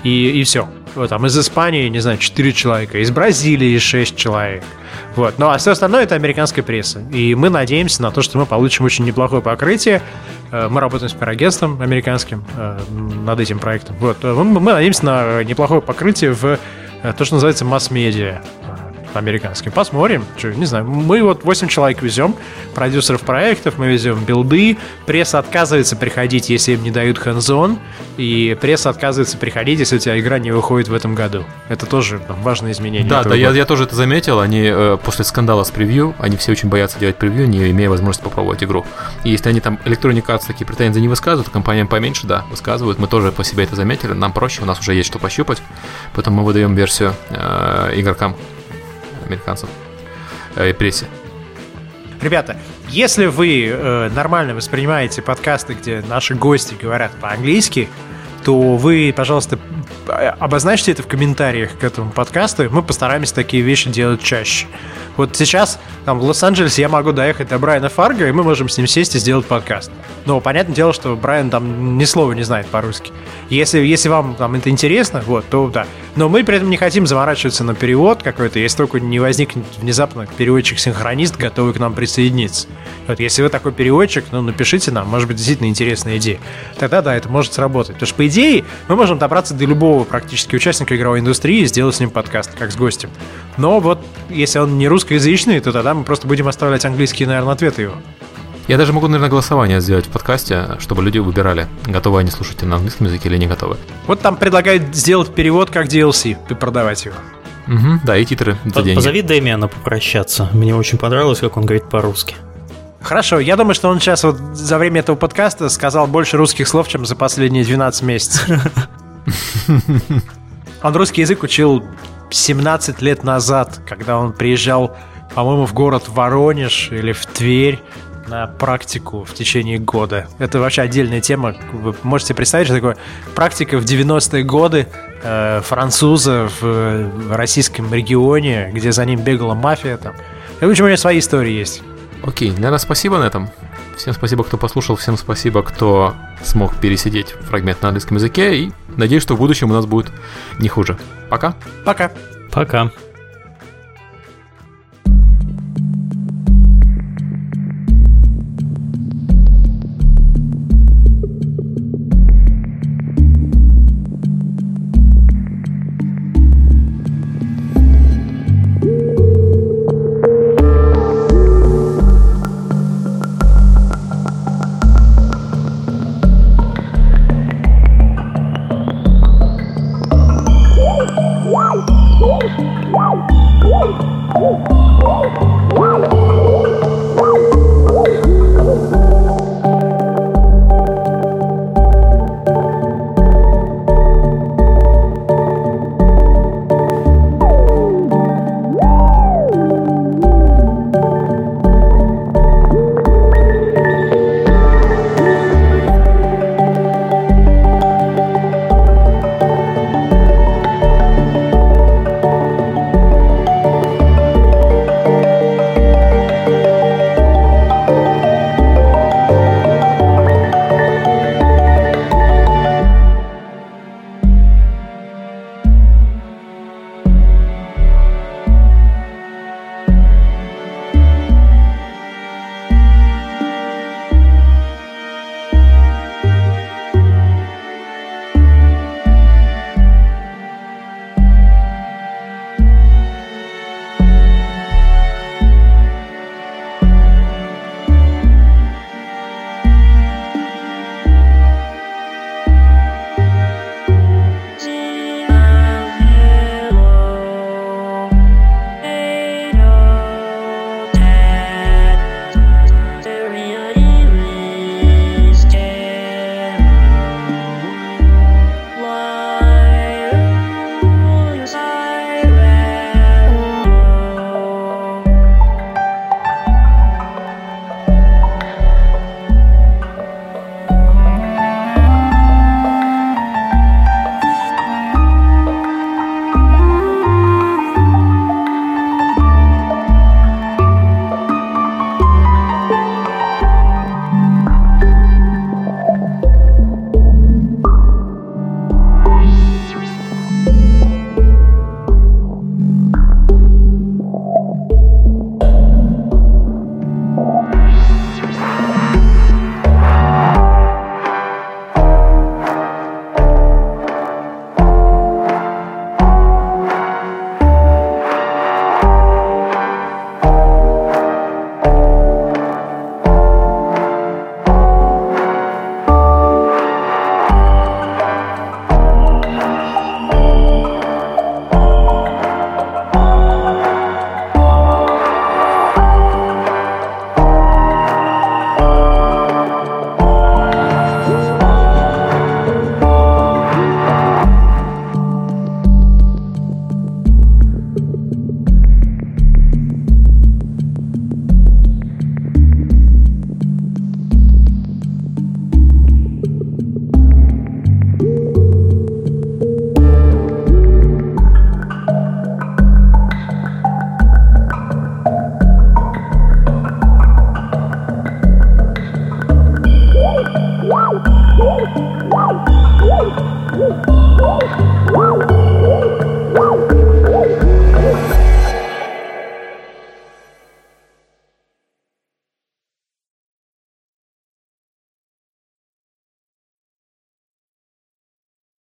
[SPEAKER 3] И все. Вот, там из Испании, не знаю, 4 человека. Из Бразилии 6 человек. Вот. Ну, а все остальное — это американская пресса. И мы надеемся на то, что мы получим очень неплохое покрытие. Мы работаем с пиар-агентством американским над этим проектом. Вот. Мы надеемся на неплохое покрытие в то, что называется масс-медиа американским. Посмотрим. Не знаю. Мы вот 8 человек везем, продюсеров проектов, мы везем билды. Пресса отказывается приходить, если им не дают hands-on. И пресса отказывается приходить, если у тебя игра не выходит в этом году. Это тоже важное изменение.
[SPEAKER 2] Да, я тоже это заметил. Они после скандала с превью, они все очень боятся делать превью, не имея возможности попробовать игру. И если они там Electronic Arts такие претензии не высказывают, компаниям поменьше, да, высказывают. Мы тоже по себе это заметили. Нам проще, у нас уже есть что пощупать. Поэтому мы выдаем версию игрокам, американцам и прессе.
[SPEAKER 3] Ребята, если вы нормально воспринимаете подкасты, где наши гости говорят по-английски, то вы, пожалуйста, обозначьте это в комментариях к этому подкасту, и мы постараемся такие вещи делать чаще. Вот сейчас там, в Лос-Анджелесе я могу доехать до Брайана Фарго, и мы можем с ним сесть и сделать подкаст. Но понятное дело, что Брайан там ни слова не знает по-русски. Если вам там это интересно, вот, то да. Но мы при этом не хотим заморачиваться на перевод какой-то, если только не возникнет внезапно переводчик-синхронист, готовый к нам присоединиться. Вот, если вы такой переводчик, ну, напишите нам, может быть, действительно интересная идея. Тогда, да, это может сработать. Потому что, по идее, мы можем добраться до любого практически участника игровой индустрии и сделать с ним подкаст, как с гостем. Но вот, если он не русскоязычный, то тогда мы просто будем оставлять английские, наверное, ответы его.
[SPEAKER 2] Я даже могу, наверное, голосование сделать в подкасте, чтобы люди выбирали, готовы они слушать на английском языке или не готовы.
[SPEAKER 3] Вот там предлагают сделать перевод как DLC и продавать его.
[SPEAKER 2] Угу, да, и титры за деньги.
[SPEAKER 4] Позови Дэмиана попрощаться. Мне очень понравилось, как он говорит по-русски.
[SPEAKER 3] Хорошо, я думаю, что он сейчас вот за время этого подкаста сказал больше русских слов, чем за последние 12 месяцев. Он русский язык учил 17 лет назад, когда он приезжал, по-моему, в город Воронеж или в Тверь на практику в течение года. Это вообще отдельная тема. Вы можете представить, что такое практика в 90-е годы француза в российском регионе, где за ним бегала мафия. Там. И, в общем, у меня свои истории есть.
[SPEAKER 2] Окей, наверное, спасибо на этом. Всем спасибо, кто послушал, всем спасибо, кто смог пересидеть фрагмент на английском языке. И надеюсь, что в будущем у нас будет не хуже. Пока.
[SPEAKER 3] Пока.
[SPEAKER 4] Пока.